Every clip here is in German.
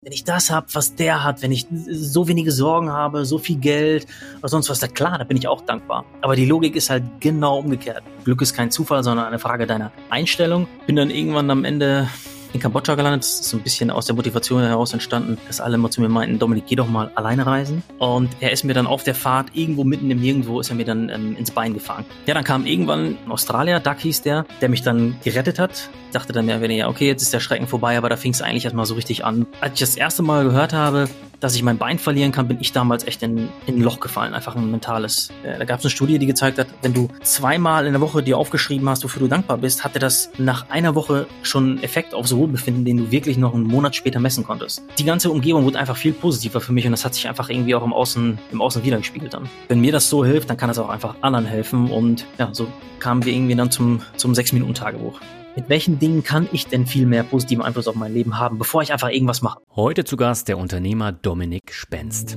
wenn ich das habe, was der hat, wenn ich so wenige Sorgen habe, so viel Geld oder sonst was, da klar, da bin ich auch dankbar. Aber die Logik ist halt genau umgekehrt. Glück ist kein Zufall, sondern eine Frage deiner Einstellung. Bin dann irgendwann am Ende in Kambodscha gelandet. Das ist so ein bisschen aus der Motivation heraus entstanden, dass alle immer zu mir meinten, Dominik, geh doch mal alleine reisen. Und er ist mir dann auf der Fahrt irgendwo mitten im Nirgendwo, ist er mir dann ins Bein gefahren. Ja, dann kam irgendwann ein Australier, Doug hieß der mich dann gerettet hat. Ich dachte dann mehr oder weniger, okay, jetzt ist der Schrecken vorbei, aber da fing es eigentlich erstmal so richtig an. Als ich das erste Mal gehört habe, dass ich mein Bein verlieren kann, bin ich damals echt in ein Loch gefallen, einfach ein mentales. Da gab es eine Studie, die gezeigt hat, wenn du 2-mal in der Woche dir aufgeschrieben hast, wofür du dankbar bist, hatte das nach einer Woche schon einen Effekt aufs Wohlbefinden, den du wirklich noch einen Monat später messen konntest. Die ganze Umgebung wurde einfach viel positiver für mich und das hat sich einfach irgendwie auch im Außen wiedergespiegelt dann. Wenn mir das so hilft, dann kann das auch einfach anderen helfen und ja, so kamen wir irgendwie dann zum 6-Minuten-Tagebuch. Mit welchen Dingen kann ich denn viel mehr positiven Einfluss auf mein Leben haben, bevor ich einfach irgendwas mache? Heute zu Gast der Unternehmer Dominik Spenst.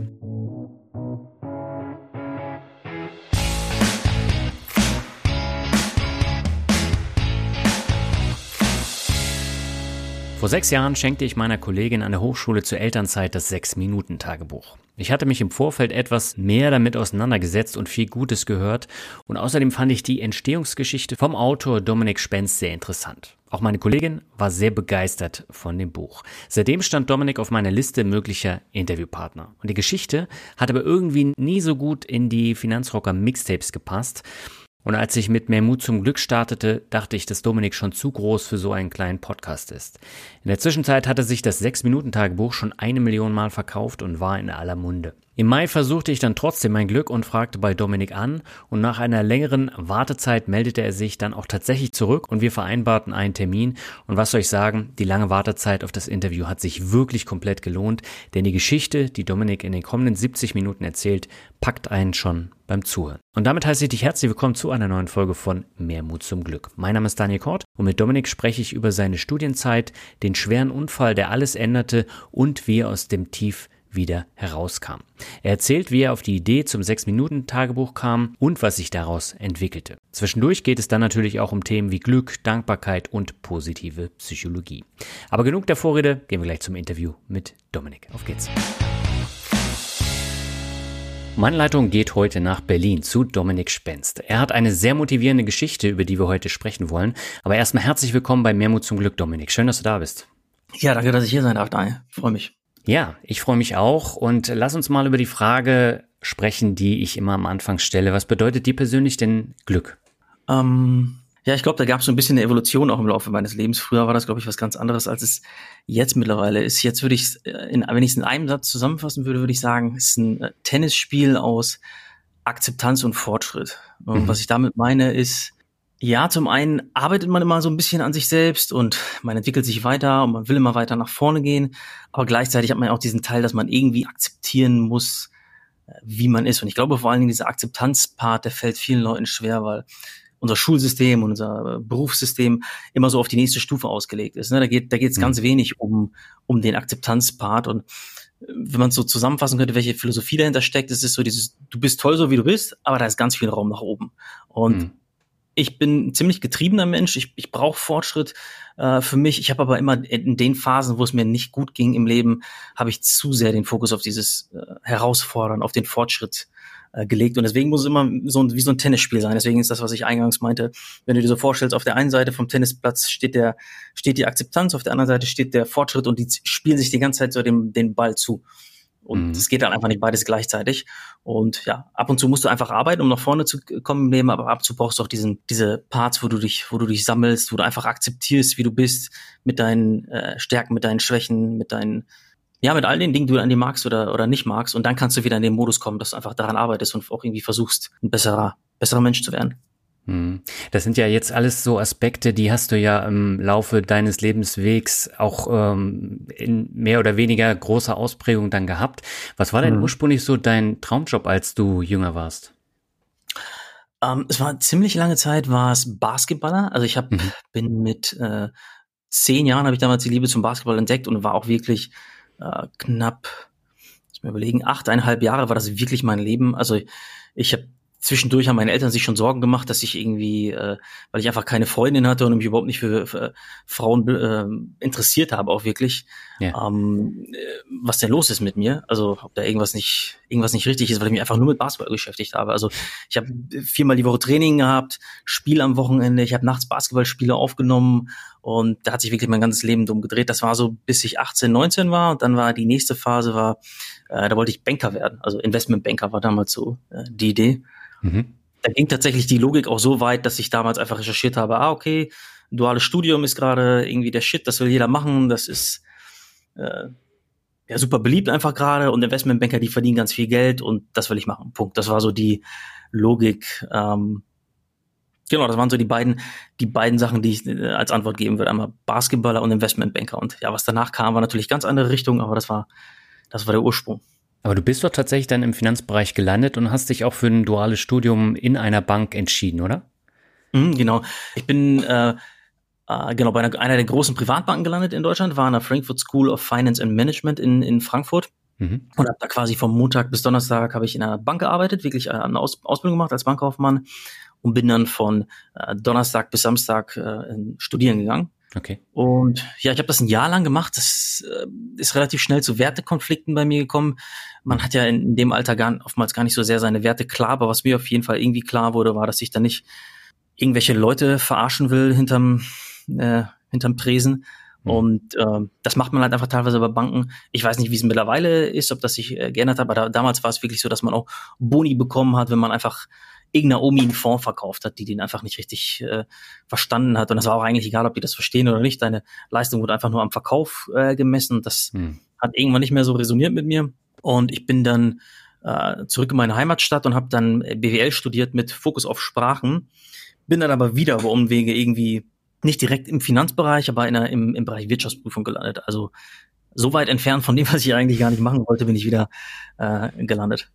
Vor 6 Jahren schenkte ich meiner Kollegin an der Hochschule zur Elternzeit das 6-Minuten-Tagebuch. Ich hatte mich im Vorfeld etwas mehr damit auseinandergesetzt und viel Gutes gehört und außerdem fand ich die Entstehungsgeschichte vom Autor Dominik Spenst sehr interessant. Auch meine Kollegin war sehr begeistert von dem Buch. Seitdem stand Dominik auf meiner Liste möglicher Interviewpartner. Und die Geschichte hat aber irgendwie nie so gut in die Finanzrocker Mixtapes gepasst. Und als ich mit Mehr Mut zum Glück startete, dachte ich, dass Dominik schon zu groß für so einen kleinen Podcast ist. In der Zwischenzeit hatte sich das 6-Minuten-Tagebuch schon 1 Million Mal verkauft und war in aller Munde. Im Mai versuchte ich dann trotzdem mein Glück und fragte bei Dominik an und nach einer längeren Wartezeit meldete er sich dann auch tatsächlich zurück und wir vereinbarten einen Termin und was soll ich sagen, die lange Wartezeit auf das Interview hat sich wirklich komplett gelohnt, denn die Geschichte, die Dominik in den kommenden 70 Minuten erzählt, packt einen schon beim Zuhören. Und damit heiße ich dich herzlich willkommen zu einer neuen Folge von Mehr Mut zum Glück. Mein Name ist Daniel Kort und mit Dominik spreche ich über seine Studienzeit, den schweren Unfall, der alles änderte und wie er aus dem Tief wieder herauskam. Er erzählt, wie er auf die Idee zum 6-Minuten-Tagebuch kam und was sich daraus entwickelte. Zwischendurch geht es dann natürlich auch um Themen wie Glück, Dankbarkeit und positive Psychologie. Aber genug der Vorrede, gehen wir gleich zum Interview mit Dominik. Auf geht's. Meine Leitung geht heute nach Berlin zu Dominik Spenst. Er hat eine sehr motivierende Geschichte, über die wir heute sprechen wollen. Aber erstmal herzlich willkommen bei Mehr Mut zum Glück, Dominik. Schön, dass du da bist. Ja, danke, dass ich hier sein darf, Daniel. Ich freue mich. Ja, ich freue mich auch und lass uns mal über die Frage sprechen, die ich immer am Anfang stelle. Was bedeutet dir persönlich denn Glück? Ja, ich glaube, da gab es so ein bisschen eine Evolution auch im Laufe meines Lebens. Früher war das, glaube ich, was ganz anderes, als es jetzt mittlerweile ist. Jetzt würde ich es, wenn ich es in einem Satz zusammenfassen würde, würde ich sagen, es ist ein Tennisspiel aus Akzeptanz und Fortschritt. Und was ich damit meine ist, ja, zum einen arbeitet man immer so ein bisschen an sich selbst und man entwickelt sich weiter und man will immer weiter nach vorne gehen. Aber gleichzeitig hat man auch diesen Teil, dass man irgendwie akzeptieren muss, wie man ist. Und ich glaube vor allen Dingen dieser Akzeptanzpart, der fällt vielen Leuten schwer, weil unser Schulsystem und unser Berufssystem immer so auf die nächste Stufe ausgelegt ist. Da geht es ganz wenig um den Akzeptanzpart. Und wenn man es so zusammenfassen könnte, welche Philosophie dahinter steckt, ist es so dieses, du bist toll, so wie du bist, aber da ist ganz viel Raum nach oben. Und ich bin ein ziemlich getriebener Mensch. Ich brauche Fortschritt für mich. Ich habe aber immer in den Phasen, wo es mir nicht gut ging im Leben, habe ich zu sehr den Fokus auf dieses Herausfordern, auf den Fortschritt gelegt. Und deswegen muss es immer wie so ein Tennisspiel sein. Deswegen ist das, was ich eingangs meinte. Wenn du dir so vorstellst, auf der einen Seite vom Tennisplatz steht die Akzeptanz, auf der anderen Seite steht der Fortschritt und die spielen sich die ganze Zeit so den Ball zu. Und es geht dann einfach nicht beides gleichzeitig. Und ja, ab und zu musst du einfach arbeiten, um nach vorne zu kommen im Leben, aber ab und zu brauchst du auch diese Parts, wo du dich sammelst, wo du einfach akzeptierst, wie du bist, mit deinen Stärken, mit deinen Schwächen, mit all den Dingen, die du an dir magst oder nicht magst. Und dann kannst du wieder in den Modus kommen, dass du einfach daran arbeitest und auch irgendwie versuchst, ein besserer Mensch zu werden. Das sind ja jetzt alles so Aspekte, die hast du ja im Laufe deines Lebenswegs auch in mehr oder weniger großer Ausprägung dann gehabt. Was war denn ursprünglich so dein Traumjob, als du jünger warst? Es war ziemlich lange Zeit, war es Basketballer. Also ich bin mit 10 Jahren habe ich damals die Liebe zum Basketball entdeckt und war auch wirklich knapp, muss ich mir überlegen, 8,5 Jahre war das wirklich mein Leben. Also ich habe Zwischendurch haben meine Eltern sich schon Sorgen gemacht, dass ich irgendwie, weil ich einfach keine Freundin hatte und mich überhaupt nicht für Frauen interessiert habe, auch wirklich, Ja. was denn los ist mit mir. Also ob da irgendwas nicht richtig ist, weil ich mich einfach nur mit Basketball beschäftigt habe. Also ich habe 4-mal die Woche Training gehabt, Spiel am Wochenende, ich habe nachts Basketballspiele aufgenommen und da hat sich wirklich mein ganzes Leben drum gedreht. Das war so, bis ich 18, 19 war, und dann war die nächste Phase, da wollte ich Banker werden. Also Investmentbanker war damals so die Idee. Mhm. Da ging tatsächlich die Logik auch so weit, dass ich damals einfach recherchiert habe, okay, duales Studium ist gerade irgendwie der Shit, das will jeder machen, das ist ja super beliebt einfach gerade, und Investmentbanker, die verdienen ganz viel Geld und das will ich machen. Punkt. Das war so die Logik. Genau, das waren so die beiden Sachen, die ich als Antwort geben würde. Einmal Basketballer und Investmentbanker. Und ja, was danach kam, war natürlich ganz andere Richtung, aber das war der Ursprung. Aber du bist doch tatsächlich dann im Finanzbereich gelandet und hast dich auch für ein duales Studium in einer Bank entschieden, oder? Genau. Ich bin genau bei einer der großen Privatbanken gelandet in Deutschland, war an der Frankfurt School of Finance and Management in Frankfurt. Mhm. Und habe da quasi vom Montag bis Donnerstag habe ich in einer Bank gearbeitet, wirklich eine Ausbildung gemacht als Bankkaufmann, und bin dann von Donnerstag bis Samstag studieren gegangen. Okay. Und ja, ich habe das ein Jahr lang gemacht. Das ist relativ schnell zu Wertekonflikten bei mir gekommen. Man hat ja in dem Alter oftmals gar nicht so sehr seine Werte klar, aber was mir auf jeden Fall irgendwie klar wurde, war, dass ich da nicht irgendwelche Leute verarschen will hinterm Tresen. Und das macht man halt einfach teilweise bei Banken. Ich weiß nicht, wie es mittlerweile ist, ob das sich geändert hat, aber damals war es wirklich so, dass man auch Boni bekommen hat, wenn man einfach irgendeiner Omi einen Fonds verkauft hat, die den einfach nicht richtig verstanden hat. Und das war auch eigentlich egal, ob die das verstehen oder nicht. Deine Leistung wurde einfach nur am Verkauf gemessen. Das hat irgendwann nicht mehr so resoniert mit mir. Und ich bin dann zurück in meine Heimatstadt und habe dann BWL studiert mit Fokus auf Sprachen. Bin dann aber wieder über Umwege irgendwie nicht direkt im Finanzbereich, aber im Bereich Wirtschaftsprüfung gelandet. Also so weit entfernt von dem, was ich eigentlich gar nicht machen wollte, bin ich wieder gelandet.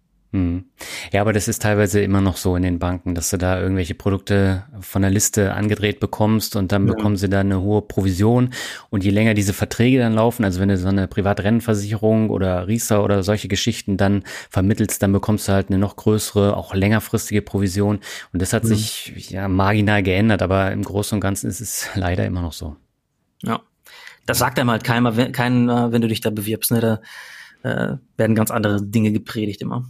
Ja, aber das ist teilweise immer noch so in den Banken, dass du da irgendwelche Produkte von der Liste angedreht bekommst und dann bekommen sie da eine hohe Provision, und je länger diese Verträge dann laufen, also wenn du so eine Privatrennenversicherung oder Riester oder solche Geschichten dann vermittelst, dann bekommst du halt eine noch größere, auch längerfristige Provision, und das hat sich ja marginal geändert, aber im Großen und Ganzen ist es leider immer noch so. Ja, das sagt einem halt keiner, wenn du dich da bewirbst, ne? Da werden ganz andere Dinge gepredigt immer.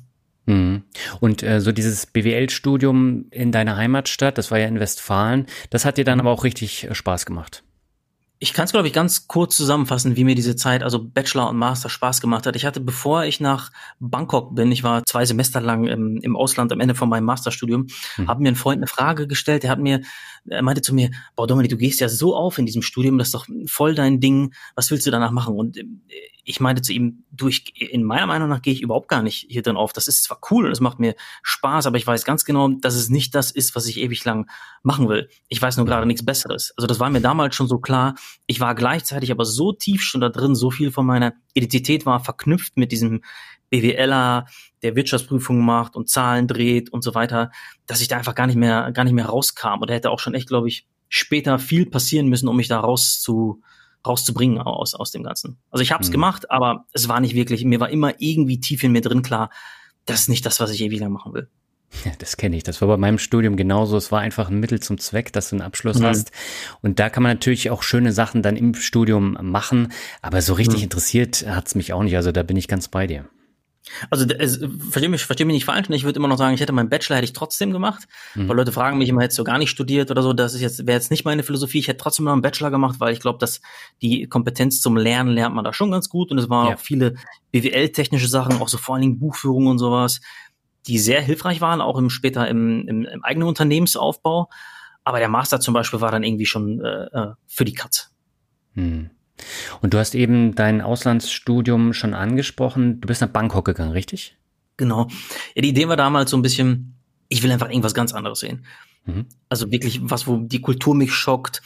Und so dieses BWL-Studium in deiner Heimatstadt, das war ja in Westfalen, das hat dir dann aber auch richtig Spaß gemacht. Ich kann es, glaube ich, ganz kurz zusammenfassen, wie mir diese Zeit, also Bachelor und Master, Spaß gemacht hat. Ich hatte, bevor ich nach Bangkok bin, ich war 2 Semester lang im Ausland am Ende von meinem Masterstudium, hat mir ein Freund eine Frage gestellt, er meinte zu mir, boah Dominik, du gehst ja so auf in diesem Studium, das ist doch voll dein Ding, was willst du danach machen? Und ich meinte zu ihm, in meiner Meinung nach gehe ich überhaupt gar nicht hier drin auf. Das ist zwar cool und es macht mir Spaß, aber ich weiß ganz genau, dass es nicht das ist, was ich ewig lang machen will. Ich weiß nur gerade nichts Besseres. Also das war mir damals schon so klar. Ich war gleichzeitig aber so tief schon da drin, so viel von meiner Identität war verknüpft mit diesem BWLer, der Wirtschaftsprüfung macht und Zahlen dreht und so weiter, dass ich da einfach gar nicht mehr rauskam. Und da hätte auch schon echt, glaube ich, später viel passieren müssen, um mich da rauszubringen aus dem Ganzen. Also ich habe es gemacht, aber es war nicht wirklich, mir war immer irgendwie tief in mir drin klar, das ist nicht das, was ich ewig lang machen will. Ja, das kenne ich. Das war bei meinem Studium genauso. Es war einfach ein Mittel zum Zweck, dass du einen Abschluss hast. Und da kann man natürlich auch schöne Sachen dann im Studium machen. Aber so richtig interessiert hat's mich auch nicht. Also da bin ich ganz bei dir. Also versteh mich nicht falsch, ich würde immer noch sagen, ich hätte meinen Bachelor hätte ich trotzdem gemacht, weil Leute fragen mich immer, hättest du gar nicht studiert oder so, wäre jetzt nicht meine Philosophie, ich hätte trotzdem noch einen Bachelor gemacht, weil ich glaube, dass die Kompetenz zum Lernen lernt man da schon ganz gut, und es waren auch viele BWL-technische Sachen, auch so vor allen Dingen Buchführung und sowas, die sehr hilfreich waren, auch später im eigenen Unternehmensaufbau, aber der Master zum Beispiel war dann irgendwie schon für die Katz. Und du hast eben dein Auslandsstudium schon angesprochen. Du bist nach Bangkok gegangen, richtig? Genau. Ja, die Idee war damals so ein bisschen, ich will einfach irgendwas ganz anderes sehen. Also wirklich was, wo die Kultur mich schockt,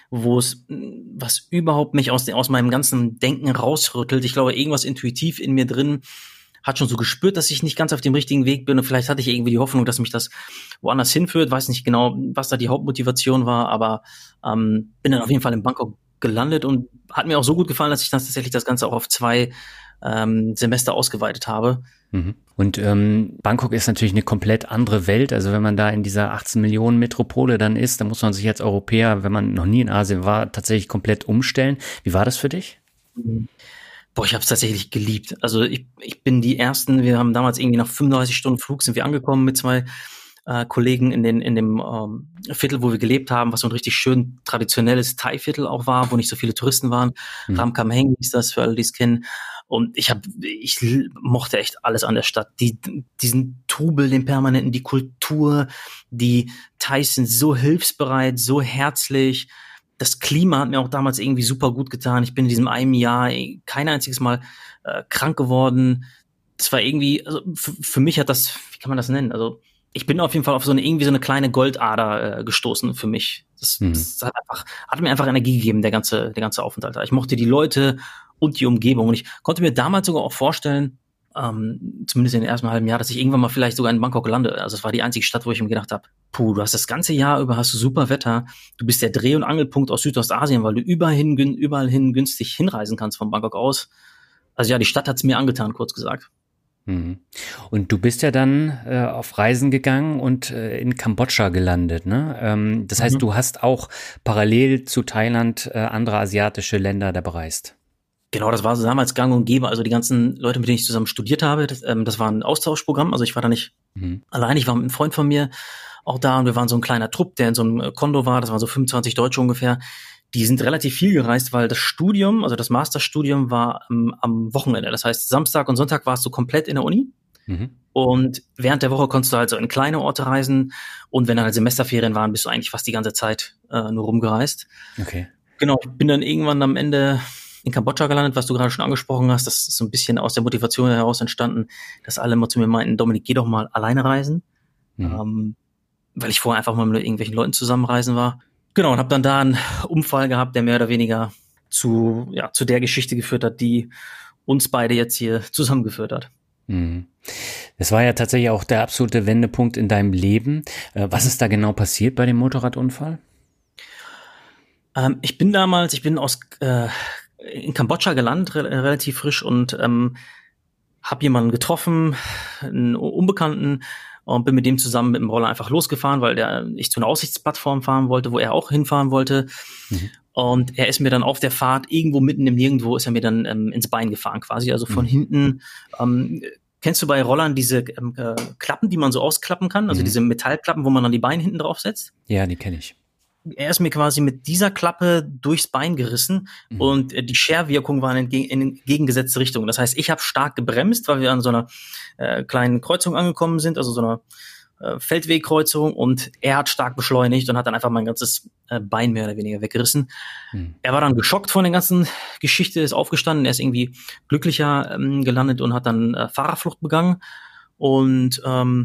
was überhaupt mich aus meinem ganzen Denken rausrüttelt. Ich glaube, irgendwas intuitiv in mir drin hat schon so gespürt, dass ich nicht ganz auf dem richtigen Weg bin, und vielleicht hatte ich irgendwie die Hoffnung, dass mich das woanders hinführt. Weiß nicht genau, was da die Hauptmotivation war, aber bin dann auf jeden Fall in Bangkok gelandet und hat mir auch so gut gefallen, dass ich dann tatsächlich das Ganze auch auf 2 Semester ausgeweitet habe. Mhm. Und Bangkok ist natürlich eine komplett andere Welt. Also wenn man da in dieser 18 Millionen Metropole dann ist, dann muss man sich als Europäer, wenn man noch nie in Asien war, tatsächlich komplett umstellen. Wie war das für dich? Boah, ich habe es tatsächlich geliebt. Also ich bin wir haben damals irgendwie nach 35 Stunden Flug sind wir angekommen mit zwei Kollegen in dem Viertel, wo wir gelebt haben, was so ein richtig schön traditionelles Thai-Viertel auch war, wo nicht so viele Touristen waren. Ramkham Heng hieß das, für alle, die es kennen. Und ich mochte echt alles an der Stadt. Diesen Trubel, den permanenten, die Kultur, die Thais sind so hilfsbereit, so herzlich. Das Klima hat mir auch damals irgendwie super gut getan. Ich bin in diesem einem Jahr kein einziges Mal krank geworden. Das war irgendwie, also für mich hat das, wie kann man das nennen? Also ich bin auf jeden Fall auf irgendwie so eine kleine Goldader gestoßen für mich. Das hat mir einfach Energie gegeben, der ganze Aufenthalt. Ich mochte die Leute und die Umgebung. Und ich konnte mir damals sogar auch vorstellen, zumindest in den ersten halben Jahr, dass ich irgendwann mal vielleicht sogar in Bangkok lande. Also es war die einzige Stadt, wo ich mir gedacht habe, du hast das ganze Jahr über hast du super Wetter. Du bist der Dreh- und Angelpunkt aus Südostasien, weil du überall hin günstig hinreisen kannst von Bangkok aus. Also ja, die Stadt hat's mir angetan, kurz gesagt. Und du bist ja dann auf Reisen gegangen und in Kambodscha gelandet, ne? Das heißt, du hast auch parallel zu Thailand andere asiatische Länder da bereist. Genau, das war so damals gang und gäbe. Also die ganzen Leute, mit denen ich zusammen studiert habe, das war ein Austauschprogramm. Also ich war da nicht allein, ich war mit einem Freund von mir auch da und wir waren so ein kleiner Trupp, der in so einem Kondo war. Das waren so 25 Deutsche ungefähr. Die sind relativ viel gereist, weil das Studium, also das Masterstudium war am Wochenende. Das heißt, Samstag und Sonntag warst du komplett in der Uni. Und während der Woche konntest du halt so in kleine Orte reisen. Und wenn dann halt Semesterferien waren, bist du eigentlich fast die ganze Zeit nur rumgereist. Okay. Genau, ich bin dann irgendwann am Ende in Kambodscha gelandet, was du gerade schon angesprochen hast. Das ist so ein bisschen aus der Motivation heraus entstanden, dass alle mal zu mir meinten, Dominik, geh doch mal alleine reisen. Weil ich vorher einfach mal mit irgendwelchen Leuten zusammenreisen war. Genau, und habe dann da einen Unfall gehabt, der mehr oder weniger zu der Geschichte geführt hat, die uns beide jetzt hier zusammengeführt hat. Das war ja tatsächlich auch der absolute Wendepunkt in deinem Leben. Was ist da genau passiert bei dem Motorradunfall? Ich bin in Kambodscha gelandet, relativ frisch und habe jemanden getroffen, einen Unbekannten, und bin mit dem zusammen mit dem Roller einfach losgefahren, weil ich zu einer Aussichtsplattform fahren wollte, wo er auch hinfahren wollte. Und er ist mir dann auf der Fahrt irgendwo mitten im Nirgendwo ist er mir dann ins Bein gefahren quasi, also von hinten. Kennst du bei Rollern diese Klappen, die man so ausklappen kann, also diese Metallklappen, wo man dann die Beine hinten drauf setzt? Ja, die kenne ich. Er ist mir quasi mit dieser Klappe durchs Bein gerissen und die Scherwirkung war in entgegengesetzte Richtung. Das heißt, ich habe stark gebremst, weil wir an so einer kleinen Kreuzung angekommen sind, also so einer Feldwegkreuzung, und er hat stark beschleunigt und hat dann einfach mein ganzes Bein mehr oder weniger weggerissen. Er war dann geschockt von der ganzen Geschichte, ist aufgestanden, er ist irgendwie glücklicher gelandet und hat dann Fahrerflucht begangen und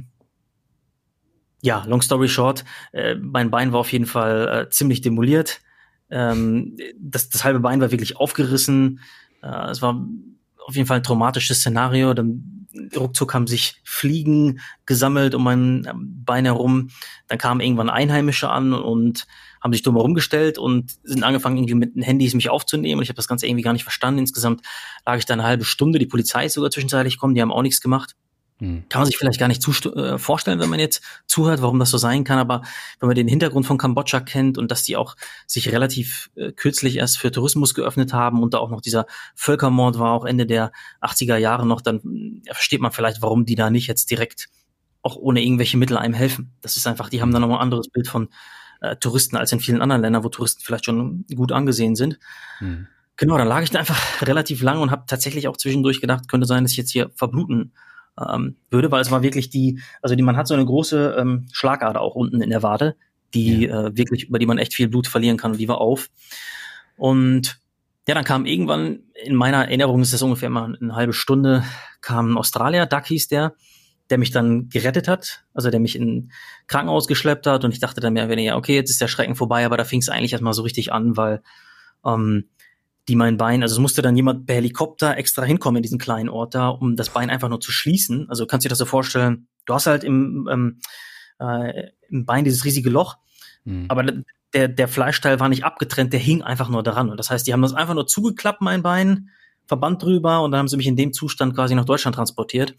ja, long story short, mein Bein war auf jeden Fall ziemlich demoliert. Das halbe Bein war wirklich aufgerissen. Es war auf jeden Fall ein traumatisches Szenario. Dann ruckzuck haben sich Fliegen gesammelt um mein Bein herum. Dann kamen irgendwann Einheimische an und haben sich dumm herumgestellt und sind angefangen, irgendwie mit den Handys mich aufzunehmen. Und ich habe das Ganze irgendwie gar nicht verstanden. Insgesamt lag ich da eine halbe Stunde. Die Polizei ist sogar zwischenzeitlich gekommen, die haben auch nichts gemacht. Kann man sich vielleicht gar nicht vorstellen, wenn man jetzt zuhört, warum das so sein kann. Aber wenn man den Hintergrund von Kambodscha kennt und dass die auch sich relativ kürzlich erst für Tourismus geöffnet haben und da auch noch dieser Völkermord war, auch Ende der 80er Jahre noch, dann versteht man vielleicht, warum die da nicht jetzt direkt auch ohne irgendwelche Mittel einem helfen. Das ist einfach, die haben dann nochmal ein anderes Bild von Touristen als in vielen anderen Ländern, wo Touristen vielleicht schon gut angesehen sind. Genau, dann lag ich da einfach relativ lang und habe tatsächlich auch zwischendurch gedacht, könnte sein, dass ich jetzt hier verbluten würde, weil es war wirklich man hat so eine große Schlagader auch unten in der Wade, die wirklich, über die man echt viel Blut verlieren kann, und die war auf. Und ja, dann kam irgendwann, in meiner Erinnerung ist das ungefähr mal eine halbe Stunde, kam ein Australier, Doug hieß der mich dann gerettet hat, also der mich in Krankenhaus geschleppt hat, und ich dachte dann mehr oder weniger, okay, jetzt ist der Schrecken vorbei, aber da fing es eigentlich erstmal so richtig an, weil die mein Bein, also es musste dann jemand per Helikopter extra hinkommen in diesen kleinen Ort da, um das Bein einfach nur zu schließen. Also kannst du dir das so vorstellen, du hast halt im Bein dieses riesige Loch, aber der Fleischteil war nicht abgetrennt, der hing einfach nur daran. Und das heißt, die haben das einfach nur zugeklappt, mein Bein, Verband drüber und dann haben sie mich in dem Zustand quasi nach Deutschland transportiert.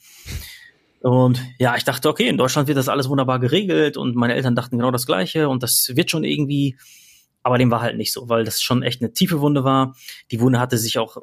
Und ja, ich dachte, okay, in Deutschland wird das alles wunderbar geregelt und meine Eltern dachten genau das Gleiche und das wird schon irgendwie, aber dem war halt nicht so, weil das schon echt eine tiefe Wunde war. Die Wunde hatte sich auch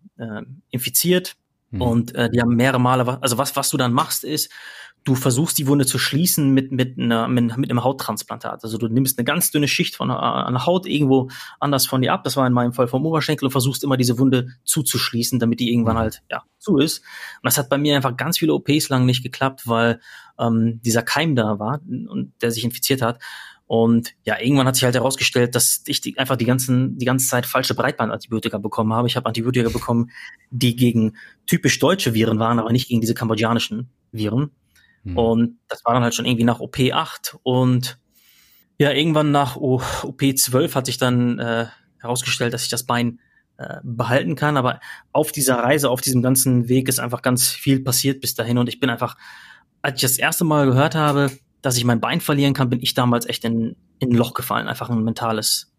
infiziert und die haben mehrere Male, also was du dann machst ist, du versuchst die Wunde zu schließen mit einem Hauttransplantat. Also du nimmst eine ganz dünne Schicht von einer Haut irgendwo anders von dir ab. Das war in meinem Fall vom Oberschenkel und versuchst immer diese Wunde zuzuschließen, damit die irgendwann halt zu ist. Und das hat bei mir einfach ganz viele OPs lang nicht geklappt, weil dieser Keim da war und der sich infiziert hat. Und ja, irgendwann hat sich halt herausgestellt, dass ich einfach die ganze Zeit falsche Breitbandantibiotika bekommen habe. Ich habe Antibiotika bekommen, die gegen typisch deutsche Viren waren, aber nicht gegen diese kambodschanischen Viren. Und das war dann halt schon irgendwie nach OP 8 und ja, irgendwann nach OP 12 hat sich dann herausgestellt, dass ich das Bein behalten kann, aber auf dieser Reise, auf diesem ganzen Weg ist einfach ganz viel passiert bis dahin und ich bin einfach, als ich das erste Mal gehört habe, dass ich mein Bein verlieren kann, bin ich damals echt in ein Loch gefallen, einfach ein mentales.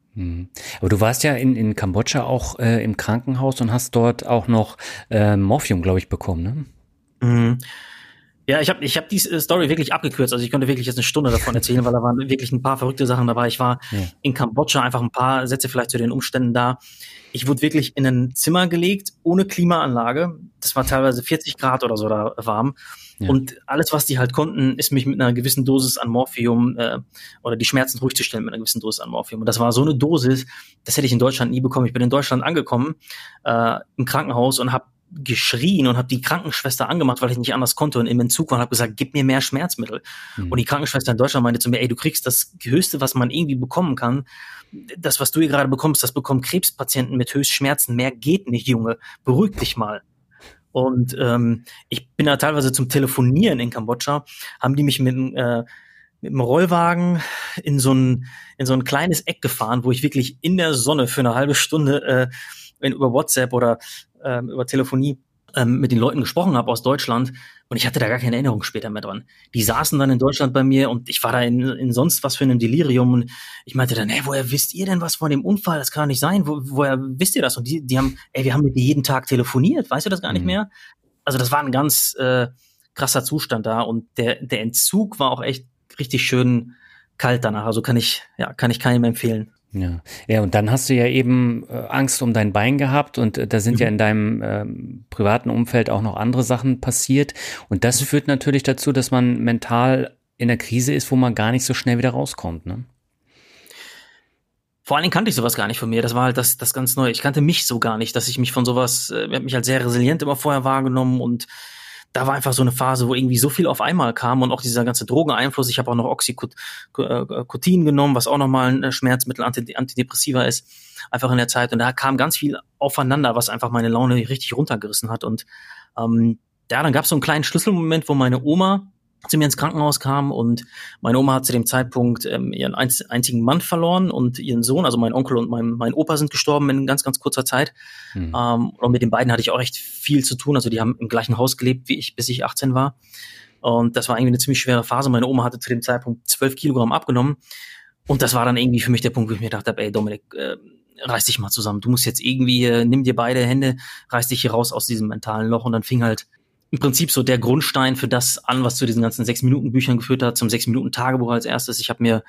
Aber du warst ja in Kambodscha auch im Krankenhaus und hast dort auch noch Morphium, glaube ich, bekommen, ne? Ja, ich hab die Story wirklich abgekürzt. Also ich könnte wirklich jetzt eine Stunde davon erzählen, weil da waren wirklich ein paar verrückte Sachen dabei. Ich war in Kambodscha, einfach ein paar Sätze vielleicht zu den Umständen da. Ich wurde wirklich in ein Zimmer gelegt, ohne Klimaanlage. Das war teilweise 40 Grad oder so da warm. Ja. Und alles, was die halt konnten, ist mich mit einer gewissen Dosis an Morphium oder die Schmerzen ruhig zu stellen mit einer gewissen Dosis an Morphium. Und das war so eine Dosis, das hätte ich in Deutschland nie bekommen. Ich bin in Deutschland angekommen, im Krankenhaus und habe geschrien und habe die Krankenschwester angemacht, weil ich nicht anders konnte und im Entzug war und habe gesagt, gib mir mehr Schmerzmittel. Und die Krankenschwester in Deutschland meinte zu mir, ey, du kriegst das Höchste, was man irgendwie bekommen kann. Das, was du hier gerade bekommst, das bekommen Krebspatienten mit Höchstschmerzen. Mehr geht nicht, Junge. Beruhig dich mal. Und ich bin da teilweise zum Telefonieren in Kambodscha, haben die mich mit dem Rollwagen in so ein kleines Eck gefahren, wo ich wirklich in der Sonne für eine halbe Stunde über WhatsApp oder über Telefonie mit den Leuten gesprochen habe aus Deutschland und ich hatte da gar keine Erinnerung später mehr dran. Die saßen dann in Deutschland bei mir und ich war da in sonst was für einem Delirium und ich meinte dann, hey, woher wisst ihr denn was von dem Unfall? Das kann nicht sein. Woher wisst ihr das? Und die haben, wir haben mit dir jeden Tag telefoniert. Weißt du das gar nicht mehr? Also das war ein ganz krasser Zustand da und der Entzug war auch echt richtig schön kalt danach. Also kann ich keinem empfehlen. Ja, und dann hast du ja eben Angst um dein Bein gehabt und da sind ja in deinem privaten Umfeld auch noch andere Sachen passiert und das führt natürlich dazu, dass man mental in der Krise ist, wo man gar nicht so schnell wieder rauskommt, ne? Vor allen Dingen kannte ich sowas gar nicht von mir. Das war halt das ganz Neue. Ich kannte mich so gar nicht, dass ich mich von sowas, ich habe mich als sehr resilient immer vorher wahrgenommen und da war einfach so eine Phase, wo irgendwie so viel auf einmal kam und auch dieser ganze Drogeneinfluss. Ich habe auch noch Oxycontin genommen, was auch nochmal ein Schmerzmittel, Antidepressiva ist, einfach in der Zeit. Und da kam ganz viel aufeinander, was einfach meine Laune richtig runtergerissen hat. Und dann gab es so einen kleinen Schlüsselmoment, wo meine Oma zu mir ins Krankenhaus kam und meine Oma hat zu dem Zeitpunkt ihren einzigen Mann verloren und ihren Sohn, also mein Onkel und mein Opa sind gestorben in ganz, ganz kurzer Zeit. Und mit den beiden hatte ich auch recht viel zu tun. Also die haben im gleichen Haus gelebt wie ich, bis ich 18 war. Und das war irgendwie eine ziemlich schwere Phase. Meine Oma hatte zu dem Zeitpunkt 12 Kilogramm abgenommen. Und das war dann irgendwie für mich der Punkt, wo ich mir dachte, ey Dominik, reiß dich mal zusammen. Du musst jetzt irgendwie, nimm dir beide Hände, reiß dich hier raus aus diesem mentalen Loch. Und dann fing halt im Prinzip so der Grundstein für das an, was zu diesen ganzen 6-Minuten-Büchern geführt hat, zum 6-Minuten-Tagebuch als erstes. Ich habe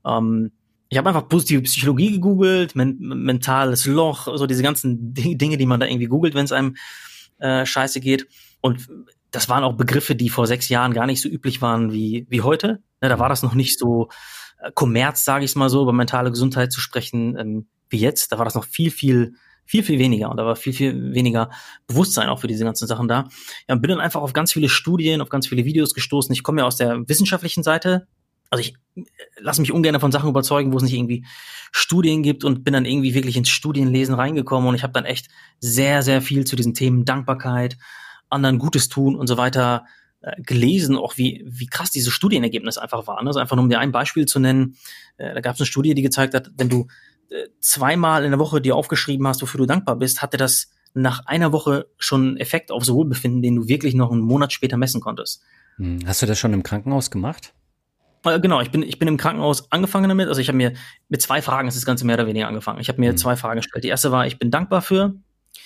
einfach positive Psychologie gegoogelt, mentales Loch, so diese ganzen Dinge, die man da irgendwie googelt, wenn es einem scheiße geht. Und das waren auch Begriffe, die vor 6 Jahren gar nicht so üblich waren wie heute. Da war das noch nicht so Kommerz, sage ich es mal so, über mentale Gesundheit zu sprechen wie jetzt. Da war das noch viel weniger und da war viel weniger Bewusstsein auch für diese ganzen Sachen da. Ja, und bin dann einfach auf ganz viele Studien, auf ganz viele Videos gestoßen. Ich komme ja aus der wissenschaftlichen Seite. Also ich lasse mich ungern von Sachen überzeugen, wo es nicht irgendwie Studien gibt und bin dann irgendwie wirklich ins Studienlesen reingekommen und ich habe dann echt sehr, sehr viel zu diesen Themen Dankbarkeit, anderen Gutes tun und so weiter gelesen, auch wie krass diese Studienergebnisse einfach waren. Also einfach nur um dir ein Beispiel zu nennen, da gab es eine Studie, die gezeigt hat, wenn du 2-mal in der Woche dir aufgeschrieben hast, wofür du dankbar bist, hatte das nach einer Woche schon einen Effekt aufs Wohlbefinden, den du wirklich noch einen Monat später messen konntest. Hast du das schon im Krankenhaus gemacht? Genau, ich bin im Krankenhaus angefangen damit. Also ich habe mir mit 2 Fragen ist das Ganze mehr oder weniger angefangen. Ich habe mir 2 Fragen gestellt. Die erste war, ich bin dankbar für.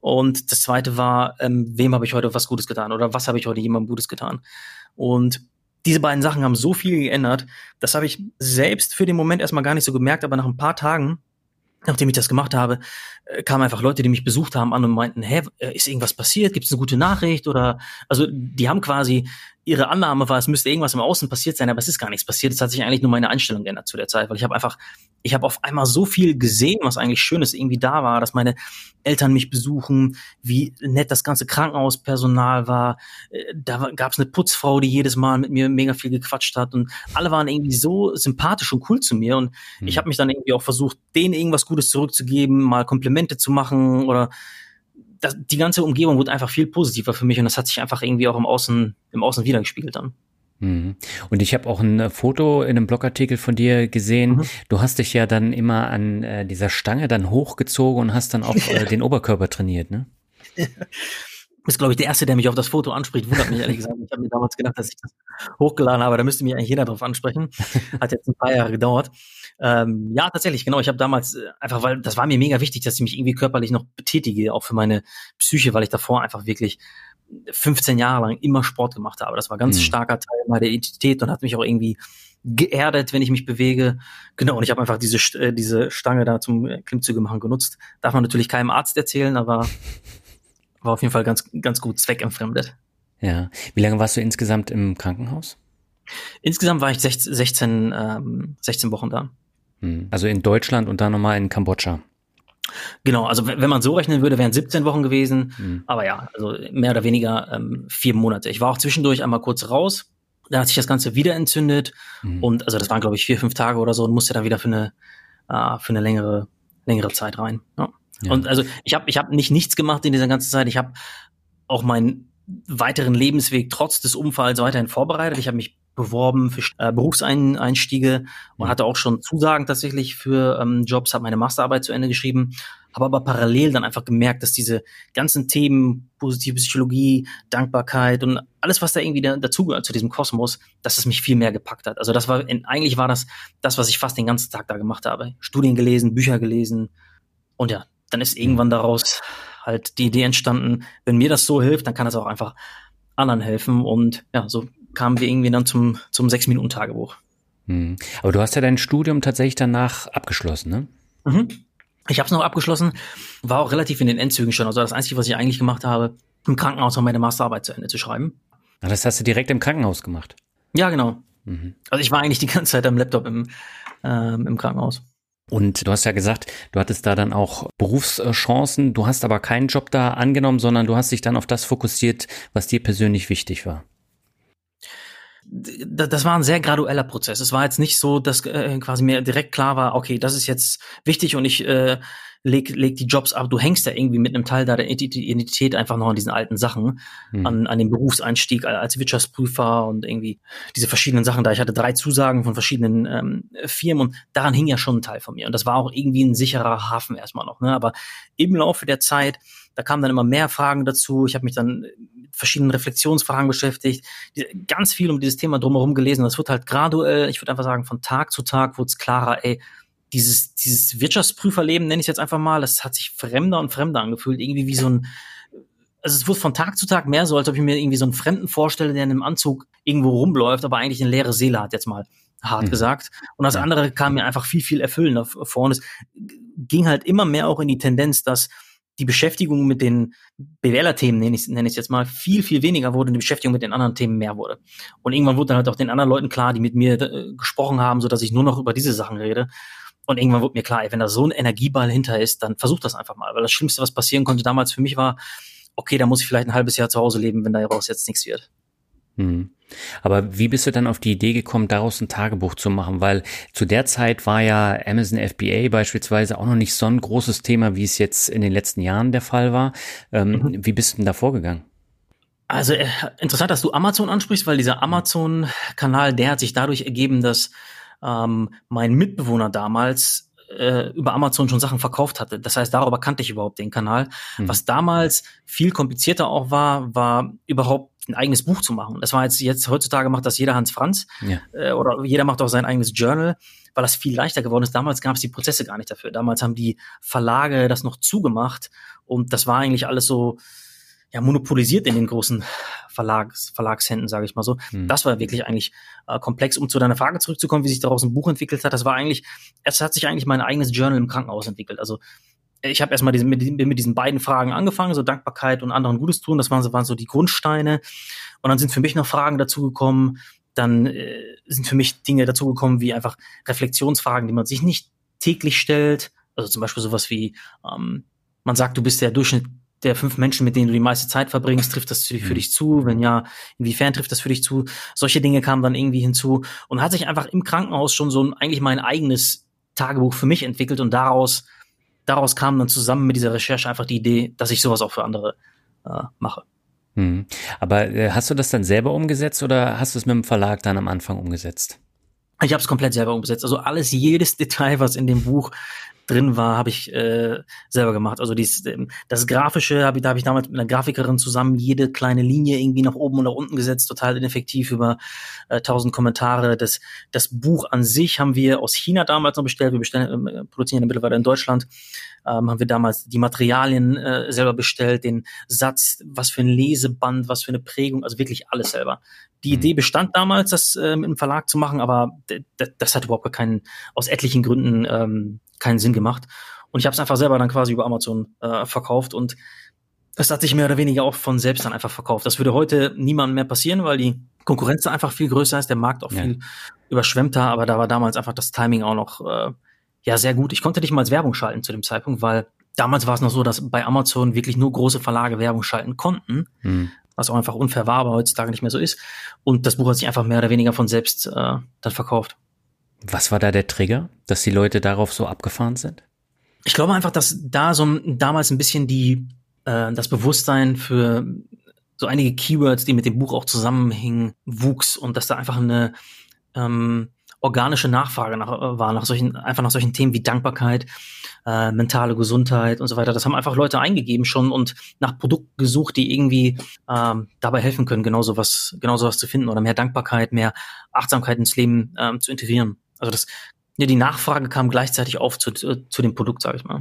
Und das zweite war, wem habe ich heute was Gutes getan oder was habe ich heute jemandem Gutes getan? Und diese beiden Sachen haben so viel geändert, das habe ich selbst für den Moment erstmal gar nicht so gemerkt, aber nach ein paar Tagen, nachdem ich das gemacht habe, kamen einfach Leute, die mich besucht haben, an und meinten, ist irgendwas passiert? Gibt es eine gute Nachricht? Oder, also, die haben quasi, ihre Annahme war, es müsste irgendwas im Außen passiert sein, aber es ist gar nichts passiert. Es hat sich eigentlich nur meine Einstellung geändert zu der Zeit, weil ich habe auf einmal so viel gesehen, was eigentlich Schönes irgendwie da war, dass meine Eltern mich besuchen, wie nett das ganze Krankenhauspersonal war. Da gab es eine Putzfrau, die jedes Mal mit mir mega viel gequatscht hat und alle waren irgendwie so sympathisch und cool zu mir und ich habe mich dann irgendwie auch versucht, denen irgendwas Gutes zurückzugeben, mal Komplimente zu machen oder die ganze Umgebung wurde einfach viel positiver für mich und das hat sich einfach irgendwie auch im Außen wiedergespiegelt dann. Mhm. Und ich habe auch ein Foto in einem Blogartikel von dir gesehen. Du hast dich ja dann immer an dieser Stange dann hochgezogen und hast dann auch den Oberkörper trainiert, ne? Ist, glaube ich, der Erste, der mich auf das Foto anspricht. Wundert mich ehrlich gesagt. Ich habe mir damals gedacht, dass ich das hochgeladen habe. Da müsste mich eigentlich jeder drauf ansprechen. Hat jetzt ein paar Jahre gedauert. Ja, tatsächlich, genau. Ich habe damals einfach, weil das war mir mega wichtig, dass ich mich irgendwie körperlich noch betätige, auch für meine Psyche, weil ich davor einfach wirklich 15 Jahre lang immer Sport gemacht habe. Das war ein ganz starker Teil meiner Identität und hat mich auch irgendwie geerdet, wenn ich mich bewege. Genau, und ich habe einfach diese Stange da zum Klimmzüge machen genutzt. Darf man natürlich keinem Arzt erzählen, aber war auf jeden Fall ganz, ganz gut zweckentfremdet. Ja. Wie lange warst du insgesamt im Krankenhaus? Insgesamt war ich 16 Wochen da. Also in Deutschland und dann nochmal in Kambodscha. Genau, also wenn man so rechnen würde, wären 17 Wochen gewesen. Aber ja, also mehr oder weniger 4 Monate. Ich war auch zwischendurch einmal kurz raus. Dann hat sich das Ganze wieder entzündet. Und also das waren, glaube ich, 4-5 Tage oder so und musste dann wieder für eine längere Zeit rein. Ja. Ja. Und also ich hab nicht nichts gemacht in dieser ganzen Zeit. Ich habe auch meinen weiteren Lebensweg trotz des Unfalls weiterhin vorbereitet. Ich habe mich beworben für Berufseinstiege und hatte auch schon Zusagen tatsächlich für Jobs, habe meine Masterarbeit zu Ende geschrieben, habe aber parallel dann einfach gemerkt, dass diese ganzen Themen, positive Psychologie, Dankbarkeit und alles, was da irgendwie dazugehört zu diesem Kosmos, dass es mich viel mehr gepackt hat. Also eigentlich war das, was ich fast den ganzen Tag da gemacht habe. Studien gelesen, Bücher gelesen und ja, dann ist irgendwann daraus halt die Idee entstanden, wenn mir das so hilft, dann kann das auch einfach anderen helfen. Und ja, so kamen wir irgendwie dann zum 6-Minuten-Tagebuch. Aber du hast ja dein Studium tatsächlich danach abgeschlossen, ne? Ich habe es noch abgeschlossen, war auch relativ in den Endzügen schon. Also das Einzige, was ich eigentlich gemacht habe, im Krankenhaus noch meine Masterarbeit zu Ende zu schreiben. Ach, das hast du direkt im Krankenhaus gemacht? Ja, genau. Also ich war eigentlich die ganze Zeit am Laptop im Krankenhaus. Und du hast ja gesagt, du hattest da dann auch Berufschancen, du hast aber keinen Job da angenommen, sondern du hast dich dann auf das fokussiert, was dir persönlich wichtig war. Das war ein sehr gradueller Prozess. Es war jetzt nicht so, dass quasi mir direkt klar war, okay, das ist jetzt wichtig und ich leg die Jobs ab. Du hängst ja irgendwie mit einem Teil deiner Identität einfach noch an diesen alten Sachen, an dem Berufseinstieg als Wirtschaftsprüfer und irgendwie diese verschiedenen Sachen da. Ich hatte 3 Zusagen von verschiedenen Firmen und daran hing ja schon ein Teil von mir. Und das war auch irgendwie ein sicherer Hafen erstmal noch. Ne? Aber im Laufe der Zeit, da kamen dann immer mehr Fragen dazu. Ich habe mich dann mit verschiedenen Reflexionsfragen beschäftigt, ganz viel um dieses Thema drumherum gelesen. Das wird halt graduell, ich würde einfach sagen, von Tag zu Tag wurde es klarer, dieses Wirtschaftsprüferleben, nenne ich es jetzt einfach mal, das hat sich fremder und fremder angefühlt. Irgendwie wie also es wird von Tag zu Tag mehr so, als ob ich mir irgendwie so einen Fremden vorstelle, der in einem Anzug irgendwo rumläuft, aber eigentlich eine leere Seele hat, jetzt mal hart gesagt. Und das andere kam mir einfach viel, viel erfüllender vor. Und es ging halt immer mehr auch in die Tendenz, dass die Beschäftigung mit den BWLer-Themen, nenne ich es jetzt mal, viel, viel weniger wurde und die Beschäftigung mit den anderen Themen mehr wurde. Und irgendwann wurde dann halt auch den anderen Leuten klar, die mit mir gesprochen haben, so dass ich nur noch über diese Sachen rede. Und irgendwann wurde mir klar, wenn da so ein Energieball hinter ist, dann versuch das einfach mal. Weil das Schlimmste, was passieren konnte damals für mich war, okay, da muss ich vielleicht ein halbes Jahr zu Hause leben, wenn daraus jetzt nichts wird. Aber wie bist du dann auf die Idee gekommen, daraus ein Tagebuch zu machen? Weil zu der Zeit war ja Amazon FBA beispielsweise auch noch nicht so ein großes Thema, wie es jetzt in den letzten Jahren der Fall war. Wie bist du denn da vorgegangen? Also interessant, dass du Amazon ansprichst, weil dieser Amazon-Kanal, der hat sich dadurch ergeben, dass mein Mitbewohner damals über Amazon schon Sachen verkauft hatte. Das heißt, darüber kannte ich überhaupt den Kanal. Was damals viel komplizierter auch war überhaupt ein eigenes Buch zu machen. Das war jetzt heutzutage macht das jeder Hans Franz, oder jeder macht auch sein eigenes Journal, weil das viel leichter geworden ist. Damals gab es die Prozesse gar nicht dafür. Damals haben die Verlage das noch zugemacht und das war eigentlich alles so monopolisiert in den großen Verlagshänden, sage ich mal so. Das war wirklich eigentlich komplex. Um zu deiner Frage zurückzukommen, wie sich daraus ein Buch entwickelt hat, es hat sich eigentlich mein eigenes Journal im Krankenhaus entwickelt. Also ich habe erstmal mit diesen beiden Fragen angefangen, so Dankbarkeit und anderen Gutes tun, das waren so die Grundsteine. Und dann sind für mich noch Fragen dazugekommen, dann sind für mich Dinge dazugekommen wie einfach Reflexionsfragen, die man sich nicht täglich stellt. Also zum Beispiel sowas wie, man sagt, du bist der Durchschnitt der 5 Menschen, mit denen du die meiste Zeit verbringst, trifft das für dich zu? Wenn ja, inwiefern trifft das für dich zu? Solche Dinge kamen dann irgendwie hinzu und hat sich einfach im Krankenhaus schon eigentlich mein eigenes Tagebuch für mich entwickelt und daraus kam dann zusammen mit dieser Recherche einfach die Idee, dass ich sowas auch für andere mache. Aber hast du das dann selber umgesetzt oder hast du es mit dem Verlag dann am Anfang umgesetzt? Ich habe es komplett selber umgesetzt. Also jedes Detail, was in dem Buch drin war, habe ich selber gemacht. Also das Grafische da habe ich damals mit einer Grafikerin zusammen jede kleine Linie irgendwie nach oben und nach unten gesetzt, total ineffektiv, über 1000 Kommentare. Das Buch an sich haben wir aus China damals noch bestellt. Wir produzieren ja mittlerweile in Deutschland. Haben wir damals die Materialien selber bestellt, den Satz, was für ein Leseband, was für eine Prägung, also wirklich alles selber. Die Idee bestand damals, das mit dem Verlag zu machen, aber das hat überhaupt aus etlichen Gründen keinen Sinn gemacht. Und ich habe es einfach selber dann quasi über Amazon verkauft und das hat sich mehr oder weniger auch von selbst dann einfach verkauft. Das würde heute niemandem mehr passieren, weil die Konkurrenz da einfach viel größer ist, der Markt auch viel überschwemmter, aber da war damals einfach das Timing auch noch sehr gut. Ich konnte nicht mal als Werbung schalten zu dem Zeitpunkt, weil damals war es noch so, dass bei Amazon wirklich nur große Verlage Werbung schalten konnten, was auch einfach unfair war, aber heutzutage nicht mehr so ist. Und das Buch hat sich einfach mehr oder weniger von selbst dann verkauft. Was war da der Trigger, dass die Leute darauf so abgefahren sind? Ich glaube einfach, dass da damals ein bisschen das Bewusstsein für so einige Keywords, die mit dem Buch auch zusammenhingen, wuchs und dass da einfach eine organische Nachfrage nach solchen Themen wie Dankbarkeit, mentale Gesundheit und so weiter. Das haben einfach Leute eingegeben schon und nach Produkten gesucht, die irgendwie dabei helfen können, genau sowas zu finden oder mehr Dankbarkeit, mehr Achtsamkeit ins Leben zu integrieren. Also die Nachfrage kam gleichzeitig auf zu dem Produkt, sage ich mal.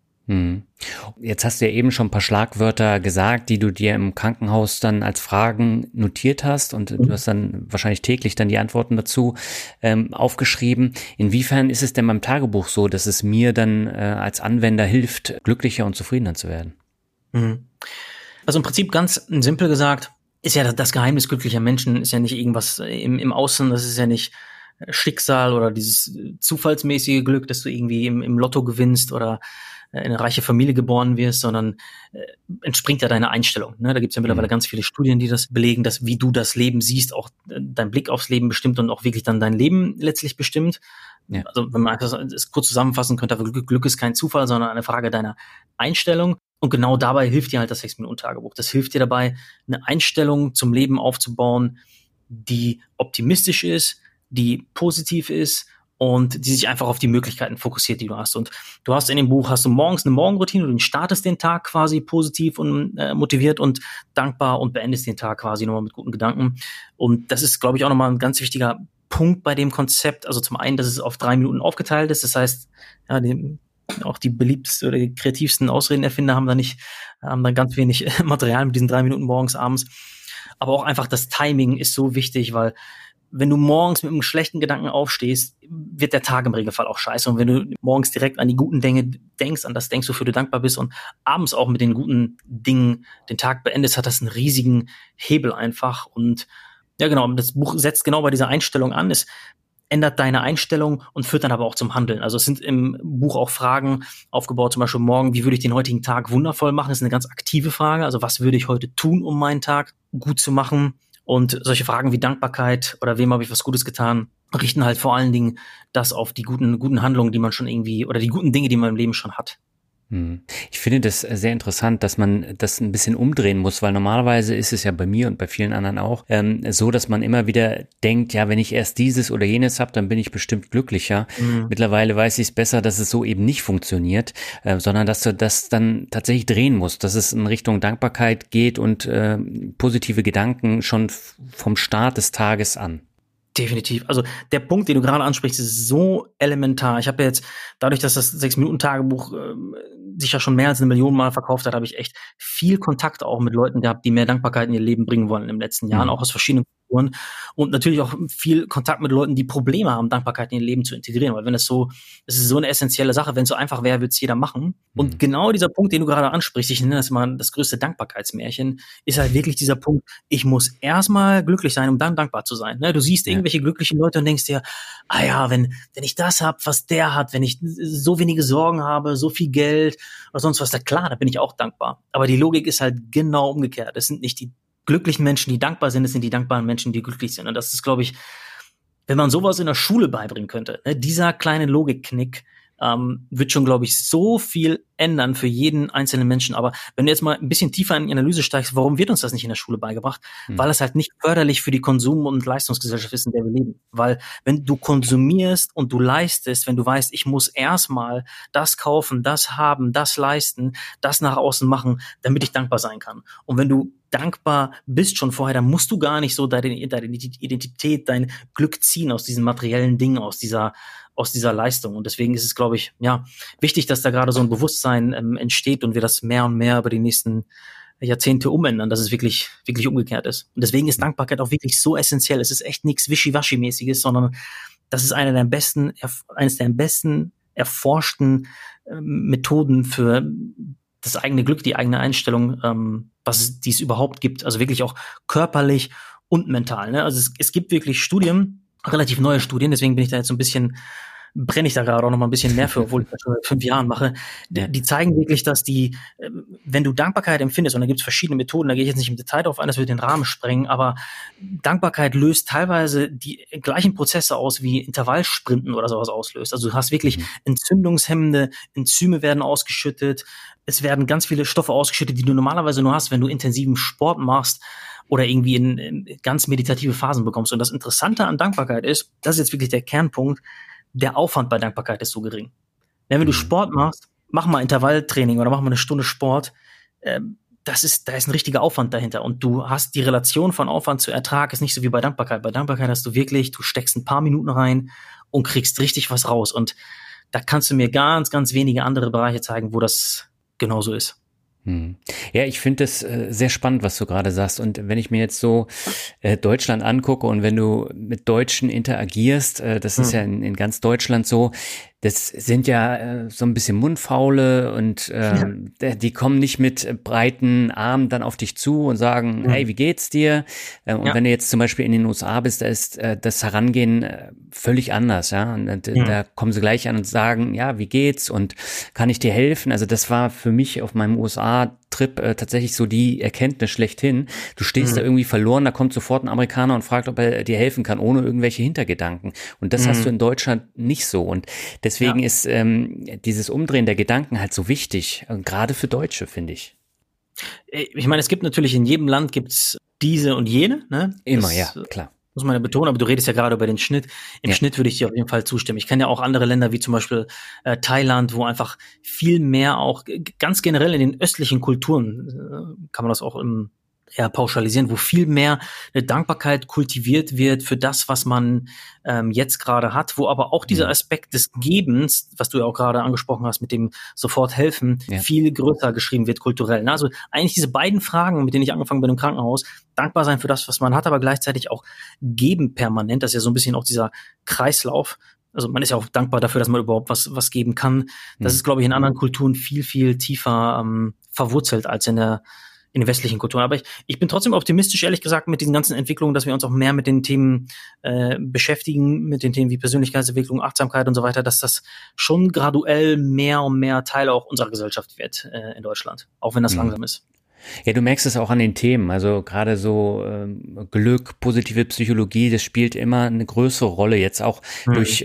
Jetzt hast du ja eben schon ein paar Schlagwörter gesagt, die du dir im Krankenhaus dann als Fragen notiert hast und du hast dann wahrscheinlich täglich dann die Antworten dazu aufgeschrieben. Inwiefern ist es denn beim Tagebuch so, dass es mir dann als Anwender hilft, glücklicher und zufriedener zu werden? Also im Prinzip ganz simpel gesagt, ist ja das Geheimnis glücklicher Menschen, ist ja nicht irgendwas im Außen, das ist ja nicht Schicksal oder dieses zufallsmäßige Glück, dass du irgendwie im Lotto gewinnst oder in eine reiche Familie geboren wirst, sondern entspringt ja deiner Einstellung. Ne? Da gibt es ja mittlerweile ganz viele Studien, die das belegen, dass wie du das Leben siehst, auch dein Blick aufs Leben bestimmt und auch wirklich dann dein Leben letztlich bestimmt. Ja. Also wenn man einfach das kurz zusammenfassen könnte, Glück ist kein Zufall, sondern eine Frage deiner Einstellung. Und genau dabei hilft dir halt das 6-Minuten-Tagebuch. Das hilft dir dabei, eine Einstellung zum Leben aufzubauen, die optimistisch ist, die positiv ist und die sich einfach auf die Möglichkeiten fokussiert, die du hast. Und du hast in dem Buch, morgens eine Morgenroutine, du startest den Tag quasi positiv und motiviert und dankbar und beendest den Tag quasi nochmal mit guten Gedanken. Und das ist, glaube ich, auch nochmal ein ganz wichtiger Punkt bei dem Konzept. Also zum einen, dass es auf 3 Minuten aufgeteilt ist. Das heißt, auch die beliebtesten oder die kreativsten Ausredenerfinder haben da ganz wenig Material mit diesen 3 Minuten morgens, abends. Aber auch einfach das Timing ist so wichtig, weil wenn du morgens mit einem schlechten Gedanken aufstehst, wird der Tag im Regelfall auch scheiße. Und wenn du morgens direkt an die guten Dinge denkst, an das denkst, wofür du dankbar bist und abends auch mit den guten Dingen den Tag beendest, hat das einen riesigen Hebel einfach. Und ja genau, das Buch setzt genau bei dieser Einstellung an. Es ändert deine Einstellung und führt dann aber auch zum Handeln. Also es sind im Buch auch Fragen aufgebaut, zum Beispiel morgen, wie würde ich den heutigen Tag wundervoll machen? Das ist eine ganz aktive Frage. Also was würde ich heute tun, um meinen Tag gut zu machen? Und solche Fragen wie Dankbarkeit oder wem habe ich was Gutes getan, richten halt vor allen Dingen das auf die guten Handlungen, die man schon irgendwie, oder die guten Dinge, die man im Leben schon hat. Ich finde das sehr interessant, dass man das ein bisschen umdrehen muss, weil normalerweise ist es ja bei mir und bei vielen anderen auch so, dass man immer wieder denkt, ja, wenn ich erst dieses oder jenes habe, dann bin ich bestimmt glücklicher. Mittlerweile weiß ich es besser, dass es so eben nicht funktioniert, sondern dass du das dann tatsächlich drehen musst, dass es in Richtung Dankbarkeit geht und positive Gedanken schon vom Start des Tages an. Definitiv. Also der Punkt, den du gerade ansprichst, ist so elementar. Ich habe ja jetzt, dadurch, dass das 6-Minuten-Tagebuch sich ja schon mehr als 1 Million Mal verkauft hat, habe ich echt viel Kontakt auch mit Leuten gehabt, die mehr Dankbarkeit in ihr Leben bringen wollen in den letzten Jahren, auch aus verschiedenen Kulturen. Und natürlich auch viel Kontakt mit Leuten, die Probleme haben, Dankbarkeit in ihr Leben zu integrieren. Weil es ist so eine essentielle Sache. Wenn es so einfach wäre, würde es jeder machen. Und genau dieser Punkt, den du gerade ansprichst, ich nenne das mal das größte Dankbarkeitsmärchen, ist halt wirklich dieser Punkt, ich muss erstmal glücklich sein, um dann dankbar zu sein. Ne? Du siehst irgendwelche glücklichen Leute und denkst dir, wenn ich das hab, was der hat, wenn ich so wenige Sorgen habe, so viel Geld oder sonst was, da klar, da bin ich auch dankbar. Aber die Logik ist halt genau umgekehrt. Es sind nicht die glücklichen Menschen, die dankbar sind, es sind die dankbaren Menschen, die glücklich sind. Und das ist, glaube ich, wenn man sowas in der Schule beibringen könnte, ne, dieser kleine Logikknick, wird schon, glaube ich, so viel ändern für jeden einzelnen Menschen. Aber wenn du jetzt mal ein bisschen tiefer in die Analyse steigst, warum wird uns das nicht in der Schule beigebracht? Weil es halt nicht förderlich für die Konsum- und Leistungsgesellschaft ist, in der wir leben. Weil wenn du konsumierst und du leistest, wenn du weißt, ich muss erstmal das kaufen, das haben, das leisten, das nach außen machen, damit ich dankbar sein kann. Und wenn du dankbar bist schon vorher, dann musst du gar nicht so deine Identität, dein Glück ziehen aus diesen materiellen Dingen, aus dieser Leistung. Und deswegen ist es, glaube ich, wichtig, dass da gerade so ein Bewusstsein entsteht und wir das mehr und mehr über die nächsten Jahrzehnte umändern, dass es wirklich, wirklich umgekehrt ist. Und deswegen ist Dankbarkeit auch wirklich so essentiell. Es ist echt nichts Wischiwaschi-mäßiges, sondern das ist eines der am besten erforschten Methoden für das eigene Glück, die eigene Einstellung, die es überhaupt gibt. Also wirklich auch körperlich und mental. Ne? Also es gibt wirklich Studien, relativ neue Studien, deswegen bin ich da jetzt so ein bisschen, brenne ich da gerade auch noch mal ein bisschen mehr für, obwohl ich das schon seit 5 Jahren mache. Die zeigen wirklich, dass wenn du Dankbarkeit empfindest, und da gibt es verschiedene Methoden, da gehe ich jetzt nicht im Detail drauf ein, das würde den Rahmen sprengen, aber Dankbarkeit löst teilweise die gleichen Prozesse aus, wie Intervallsprinten oder sowas auslöst. Also du hast wirklich entzündungshemmende Enzyme werden ausgeschüttet, es werden ganz viele Stoffe ausgeschüttet, die du normalerweise nur hast, wenn du intensiven Sport machst oder irgendwie in ganz meditative Phasen bekommst. Und das Interessante an Dankbarkeit ist, das ist jetzt wirklich der Kernpunkt, der Aufwand bei Dankbarkeit ist so gering. Ja, wenn du Sport machst, mach mal Intervalltraining oder mach mal 1 Stunde Sport, da ist ein richtiger Aufwand dahinter. Und du hast die Relation von Aufwand zu Ertrag, ist nicht so wie bei Dankbarkeit. Bei Dankbarkeit hast du wirklich, du steckst ein paar Minuten rein und kriegst richtig was raus. Und da kannst du mir ganz, ganz wenige andere Bereiche zeigen, wo das genauso ist. Ja, ich finde das sehr spannend, was du gerade sagst. Und wenn ich mir jetzt so Deutschland angucke und wenn du mit Deutschen interagierst, das ist ja in ganz Deutschland so, das sind ja so ein bisschen Mundfaule und die kommen nicht mit breiten Armen dann auf dich zu und sagen, hey, wie geht's dir? Und wenn du jetzt zum Beispiel in den USA bist, da ist das Herangehen völlig anders, ja. Und da kommen sie gleich an und sagen, ja, wie geht's und kann ich dir helfen? Also das war für mich auf meinem USA-Trip tatsächlich so die Erkenntnis schlechthin. Du stehst da irgendwie verloren, da kommt sofort ein Amerikaner und fragt, ob er dir helfen kann, ohne irgendwelche Hintergedanken. Und das hast du in Deutschland nicht so. Und deswegen ist dieses Umdrehen der Gedanken halt so wichtig, gerade für Deutsche, finde ich. Ich meine, es gibt natürlich in jedem Land gibt's diese und jene, ne? Immer, ja, klar. Muss man ja betonen, aber du redest ja gerade über den Schnitt. Im Schnitt würde ich dir auf jeden Fall zustimmen. Ich kenne ja auch andere Länder, wie zum Beispiel Thailand, wo einfach viel mehr auch, ganz generell in den östlichen Kulturen, kann man das auch pauschalisieren, wo viel mehr eine Dankbarkeit kultiviert wird für das, was man jetzt gerade hat, wo aber auch dieser Aspekt des Gebens, was du ja auch gerade angesprochen hast, mit dem sofort helfen, viel größer geschrieben wird kulturell. Also eigentlich diese beiden Fragen, mit denen ich angefangen bin im Krankenhaus, dankbar sein für das, was man hat, aber gleichzeitig auch geben permanent, das ist ja so ein bisschen auch dieser Kreislauf. Also man ist ja auch dankbar dafür, dass man überhaupt was geben kann. Das ist, glaube ich, in anderen Kulturen viel, viel tiefer verwurzelt als in den westlichen Kulturen. Aber ich bin trotzdem optimistisch, ehrlich gesagt, mit diesen ganzen Entwicklungen, dass wir uns auch mehr mit den Themen beschäftigen, mit den Themen wie Persönlichkeitsentwicklung, Achtsamkeit und so weiter, dass das schon graduell mehr und mehr Teil auch unserer Gesellschaft wird in Deutschland, auch wenn das langsam ist. Ja, du merkst es auch an den Themen, also gerade so Glück, positive Psychologie, das spielt immer eine größere Rolle, jetzt auch durch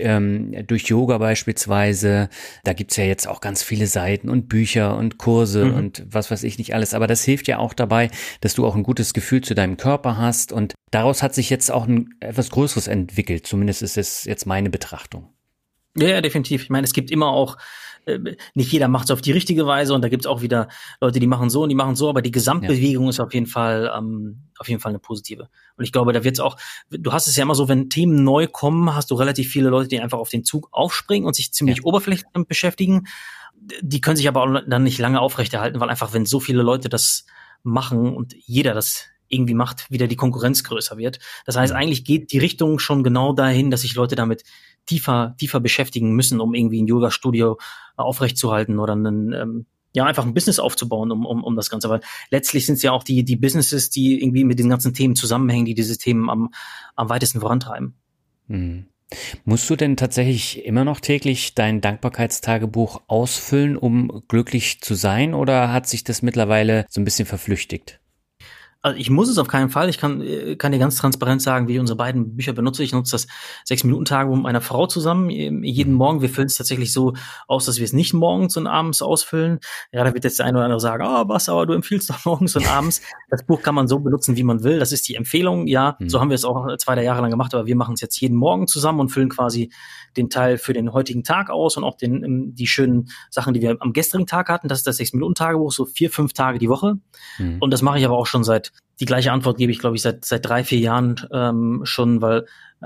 Yoga beispielsweise. Da gibt's ja jetzt auch ganz viele Seiten und Bücher und Kurse und was weiß ich nicht alles, aber das hilft ja auch dabei, dass du auch ein gutes Gefühl zu deinem Körper hast und daraus hat sich jetzt auch ein etwas Größeres entwickelt, zumindest ist es jetzt meine Betrachtung. Ja, definitiv. Ich meine, es gibt immer auch, nicht jeder macht es auf die richtige Weise und da gibt es auch wieder Leute, die machen so und die machen so, aber die Gesamtbewegung ist auf jeden Fall eine positive. Und ich glaube, da wird es auch, du hast es ja immer so, wenn Themen neu kommen, hast du relativ viele Leute, die einfach auf den Zug aufspringen und sich ziemlich oberflächlich damit beschäftigen. Die können sich aber auch dann nicht lange aufrechterhalten, weil einfach, wenn so viele Leute das machen und jeder das irgendwie macht, wieder die Konkurrenz größer wird. Das heißt, eigentlich geht die Richtung schon genau dahin, dass sich Leute damit tiefer beschäftigen müssen, um irgendwie ein Yoga-Studio aufrechtzuerhalten oder einfach ein Business aufzubauen, um das Ganze. Weil letztlich sind es ja auch die Businesses, die irgendwie mit den ganzen Themen zusammenhängen, die diese Themen am weitesten vorantreiben. Mhm. Musst du denn tatsächlich immer noch täglich dein Dankbarkeitstagebuch ausfüllen, um glücklich zu sein, oder hat sich das mittlerweile so ein bisschen verflüchtigt? Also ich muss es auf keinen Fall. Ich kann dir ganz transparent sagen, wie ich unsere beiden Bücher benutze. Ich nutze das 6-Minuten-Tagebuch mit meiner Frau zusammen. Jeden Morgen. Wir füllen es tatsächlich so aus, dass wir es nicht morgens und abends ausfüllen. Ja, da wird jetzt der eine oder andere sagen, aber du empfiehlst doch morgens und abends. Das Buch kann man so benutzen, wie man will. Das ist die Empfehlung. Ja, so haben wir es auch 2 Jahre lang gemacht, aber wir machen es jetzt jeden Morgen zusammen und füllen quasi den Teil für den heutigen Tag aus und auch die schönen Sachen, die wir am gestrigen Tag hatten. Das ist das 6-Minuten-Tagebuch, so 4-5 Tage die Woche. Und das mache ich aber auch schon die gleiche Antwort gebe ich, glaube ich, seit 3-4 Jahren schon, weil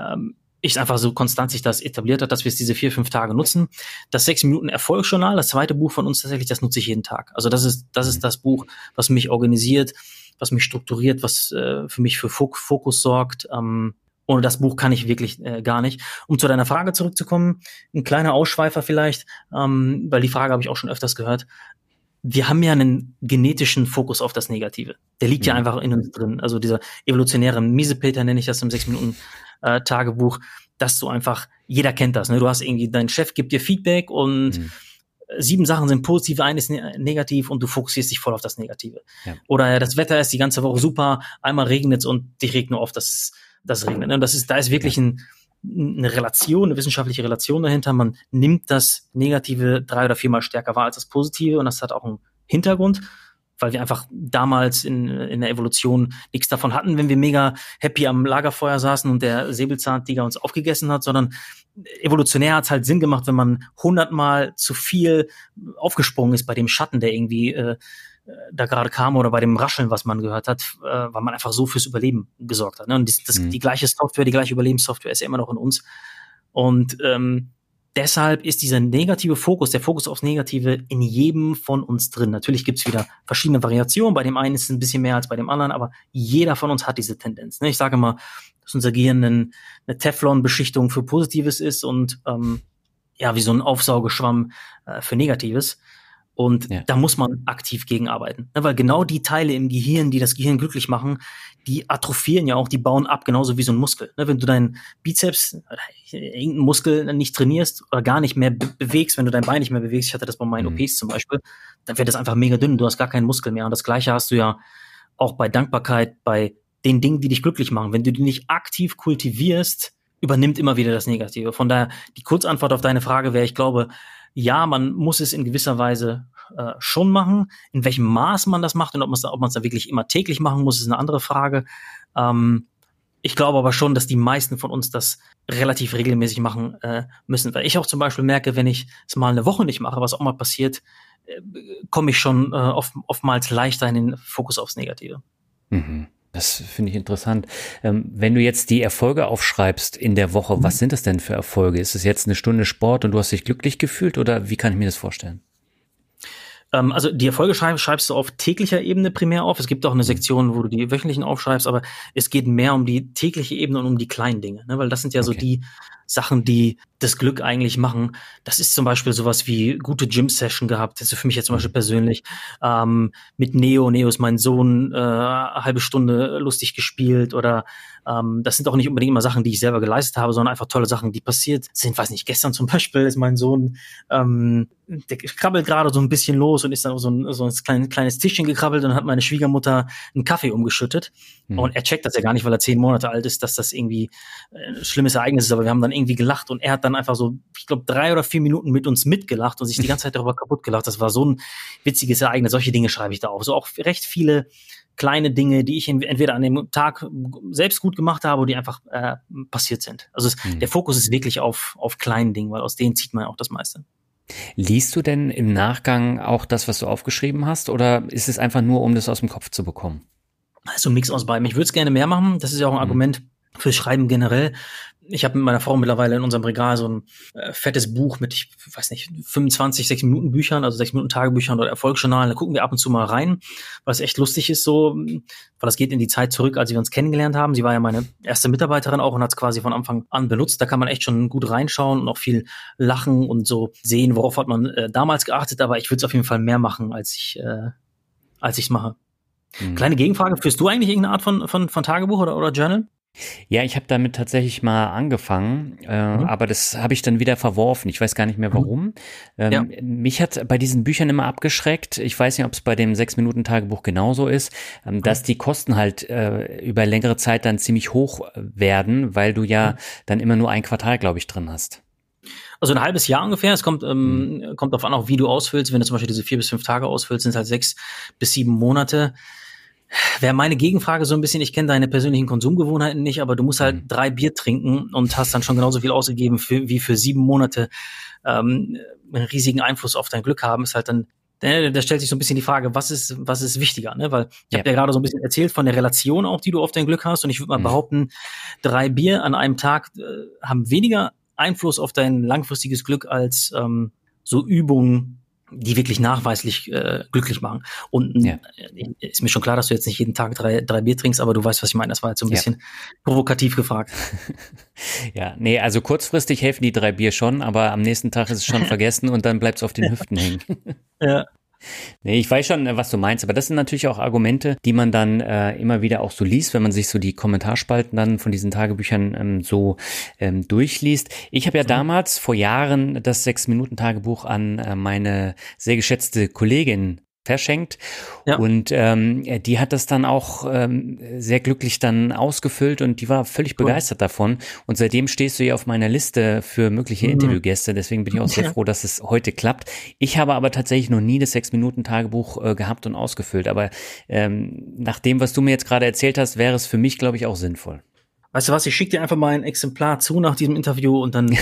ich einfach so konstant sich das etabliert hat, dass wir es diese 4-5 Tage nutzen. Das 6-Minuten-Erfolgsjournal, das zweite Buch von uns tatsächlich, das nutze ich jeden Tag. Also das ist das Buch, was mich organisiert, was mich strukturiert, was für mich für Fokus sorgt. Ohne das Buch kann ich wirklich gar nicht. Um zu deiner Frage zurückzukommen, ein kleiner Ausschweifer vielleicht, weil die Frage habe ich auch schon öfters gehört. Wir haben ja einen genetischen Fokus auf das Negative. Der liegt ja einfach in uns drin. Also dieser evolutionäre Miesepeter nenne ich das im 6-Minuten-Tagebuch, dass du einfach, jeder kennt das, ne? Du hast irgendwie, dein Chef gibt dir Feedback und 7 Sachen sind positiv, eine ist negativ und du fokussierst dich voll auf das Negative. Ja. Oder das Wetter ist die ganze Woche super, einmal regnet es und dich regt nur auf das regnet. Und da ist wirklich eine Relation, eine wissenschaftliche Relation dahinter. Man nimmt das Negative 3- oder 4-mal stärker wahr als das Positive und das hat auch einen Hintergrund, weil wir einfach damals in der Evolution nichts davon hatten, wenn wir mega happy am Lagerfeuer saßen und der Säbelzahntiger uns aufgegessen hat, sondern evolutionär hat es halt Sinn gemacht, wenn man 100-mal zu viel aufgesprungen ist bei dem Schatten, der irgendwie da gerade kam oder bei dem Rascheln, was man gehört hat, weil man einfach so fürs Überleben gesorgt hat. Ne? Und die gleiche Software, die gleiche Überlebenssoftware ist ja immer noch in uns. Und deshalb ist dieser negative Fokus, der Fokus aufs Negative in jedem von uns drin. Natürlich gibt's wieder verschiedene Variationen. Bei dem einen ist es ein bisschen mehr als bei dem anderen, aber jeder von uns hat diese Tendenz. Ne? Ich sage mal, dass unser Gehirn eine Teflon-Beschichtung für Positives ist und wie so ein Aufsaugeschwamm für Negatives. Und da muss man aktiv gegenarbeiten. Ne? Weil genau die Teile im Gehirn, die das Gehirn glücklich machen, die atrophieren ja auch, die bauen ab, genauso wie so ein Muskel. Ne? Wenn du deinen Bizeps, irgendeinen Muskel nicht trainierst oder gar nicht mehr bewegst, wenn du dein Bein nicht mehr bewegst, ich hatte das bei meinen OPs zum Beispiel, dann wird das einfach mega dünn, du hast gar keinen Muskel mehr. Und das Gleiche hast du ja auch bei Dankbarkeit, bei den Dingen, die dich glücklich machen. Wenn du die nicht aktiv kultivierst, übernimmt immer wieder das Negative. Von daher, die Kurzantwort auf deine Frage wäre, ich glaube, ja, man muss es in gewisser Weise schon machen. In welchem Maß man das macht und ob man es da wirklich immer täglich machen muss, ist eine andere Frage. Ich glaube aber schon, dass die meisten von uns das relativ regelmäßig machen müssen. Weil ich auch zum Beispiel merke, wenn ich es mal eine Woche nicht mache, was auch mal passiert, komme ich schon oftmals leichter in den Fokus aufs Negative. Mhm. Das finde ich interessant. Wenn du jetzt die Erfolge aufschreibst in der Woche, was sind das denn für Erfolge? Ist es jetzt eine Stunde Sport und du hast dich glücklich gefühlt oder wie kann ich mir das vorstellen? Also die Erfolge schreibst du auf täglicher Ebene primär auf. Es gibt auch eine Sektion, wo du die wöchentlichen aufschreibst, aber es geht mehr um die tägliche Ebene und um die kleinen Dinge, ne? Weil das sind ja so die Sachen, die das Glück eigentlich machen. Das ist zum Beispiel sowas wie gute Gym-Session gehabt. Das ist für mich jetzt zum Beispiel persönlich. Mit Neo ist mein Sohn, halbe Stunde lustig gespielt oder das sind auch nicht unbedingt immer Sachen, die ich selber geleistet habe, sondern einfach tolle Sachen, die passiert sind. Weiß nicht, gestern zum Beispiel ist mein Sohn, der krabbelt gerade so ein bisschen los und ist dann auf so ein kleines Tischchen gekrabbelt und dann hat meine Schwiegermutter einen Kaffee umgeschüttet. Und er checkt das ja gar nicht, weil er 10 Monate alt ist, dass das irgendwie ein schlimmes Ereignis ist, aber wir haben dann irgendwie gelacht und er hat dann einfach so, ich glaube, 3 oder 4 Minuten mit uns mitgelacht und sich die ganze Zeit darüber kaputt gelacht. Das war so ein witziges Ereignis. Solche Dinge schreibe ich da auf. So auch recht viele kleine Dinge, die ich entweder an dem Tag selbst gut gemacht habe oder die einfach passiert sind. Also der Fokus ist wirklich auf kleinen Dingen, weil aus denen zieht man auch das meiste. Liest du denn im Nachgang auch das, was du aufgeschrieben hast, oder ist es einfach nur, um das aus dem Kopf zu bekommen? Also ein Mix aus beidem. Ich würde es gerne mehr machen. Das ist ja auch ein Argument fürs Schreiben generell. Ich habe mit meiner Frau mittlerweile in unserem Regal so ein fettes Buch mit, ich weiß nicht, 25 6-Minuten-Büchern, also 6-Minuten-Tagebüchern oder Erfolgsjournalen. Da gucken wir ab und zu mal rein, was echt lustig ist so, weil das geht in die Zeit zurück, als wir uns kennengelernt haben. Sie war ja meine erste Mitarbeiterin auch und hat es quasi von Anfang an benutzt. Da kann man echt schon gut reinschauen und auch viel lachen und so sehen, worauf hat man damals geachtet. Aber ich würde es auf jeden Fall mehr machen, als ich es mache. Kleine Gegenfrage, führst du eigentlich irgendeine Art von Tagebuch oder Journal? Ja, ich habe damit tatsächlich mal angefangen, aber das habe ich dann wieder verworfen. Ich weiß gar nicht mehr warum. Mich hat bei diesen Büchern immer abgeschreckt. Ich weiß nicht, ob es bei dem 6-Minuten-Tagebuch genauso ist, dass die Kosten halt über längere Zeit dann ziemlich hoch werden, weil du ja dann immer nur ein Quartal, glaube ich, drin hast. Also ein halbes Jahr ungefähr. Es kommt darauf an, auch wie du ausfüllst. Wenn du zum Beispiel diese 4 bis 5 Tage ausfüllst, sind es halt 6 bis 7 Monate. Wäre meine Gegenfrage so ein bisschen, ich kenne deine persönlichen Konsumgewohnheiten nicht, aber du musst halt 3 Bier trinken und hast dann schon genauso viel ausgegeben wie für 7 Monate einen riesigen Einfluss auf dein Glück haben, ist halt dann, da stellt sich so ein bisschen die Frage, was ist wichtiger, ne? Weil ich habe ja gerade so ein bisschen erzählt von der Relation auch, die du auf dein Glück hast und ich würde mal behaupten, 3 Bier an einem Tag haben weniger Einfluss auf dein langfristiges Glück als so Übungen, die wirklich nachweislich glücklich machen. Und ist mir schon klar, dass du jetzt nicht jeden Tag 3 Bier trinkst, aber du weißt, was ich meine. Das war jetzt so ein bisschen provokativ gefragt. Ja, nee, also kurzfristig helfen die 3 Bier schon, aber am nächsten Tag ist es schon vergessen und dann bleibt es auf den Hüften hängen. Ja. Nee, ich weiß schon, was du meinst, aber das sind natürlich auch Argumente, die man dann immer wieder auch so liest, wenn man sich so die Kommentarspalten dann von diesen Tagebüchern durchliest. Ich habe ja damals vor Jahren das 6-Minuten-Tagebuch an meine sehr geschätzte Kollegin verschenkt und die hat das dann auch sehr glücklich dann ausgefüllt und die war völlig begeistert davon und seitdem stehst du ja auf meiner Liste für mögliche Interviewgäste, deswegen bin ich auch sehr froh, dass es heute klappt. Ich habe aber tatsächlich noch nie das 6-Minuten-Tagebuch gehabt und ausgefüllt, aber nach dem, was du mir jetzt gerade erzählt hast, wäre es für mich, glaube ich, auch sinnvoll. Weißt du was, ich schicke dir einfach mal ein Exemplar zu nach diesem Interview und dann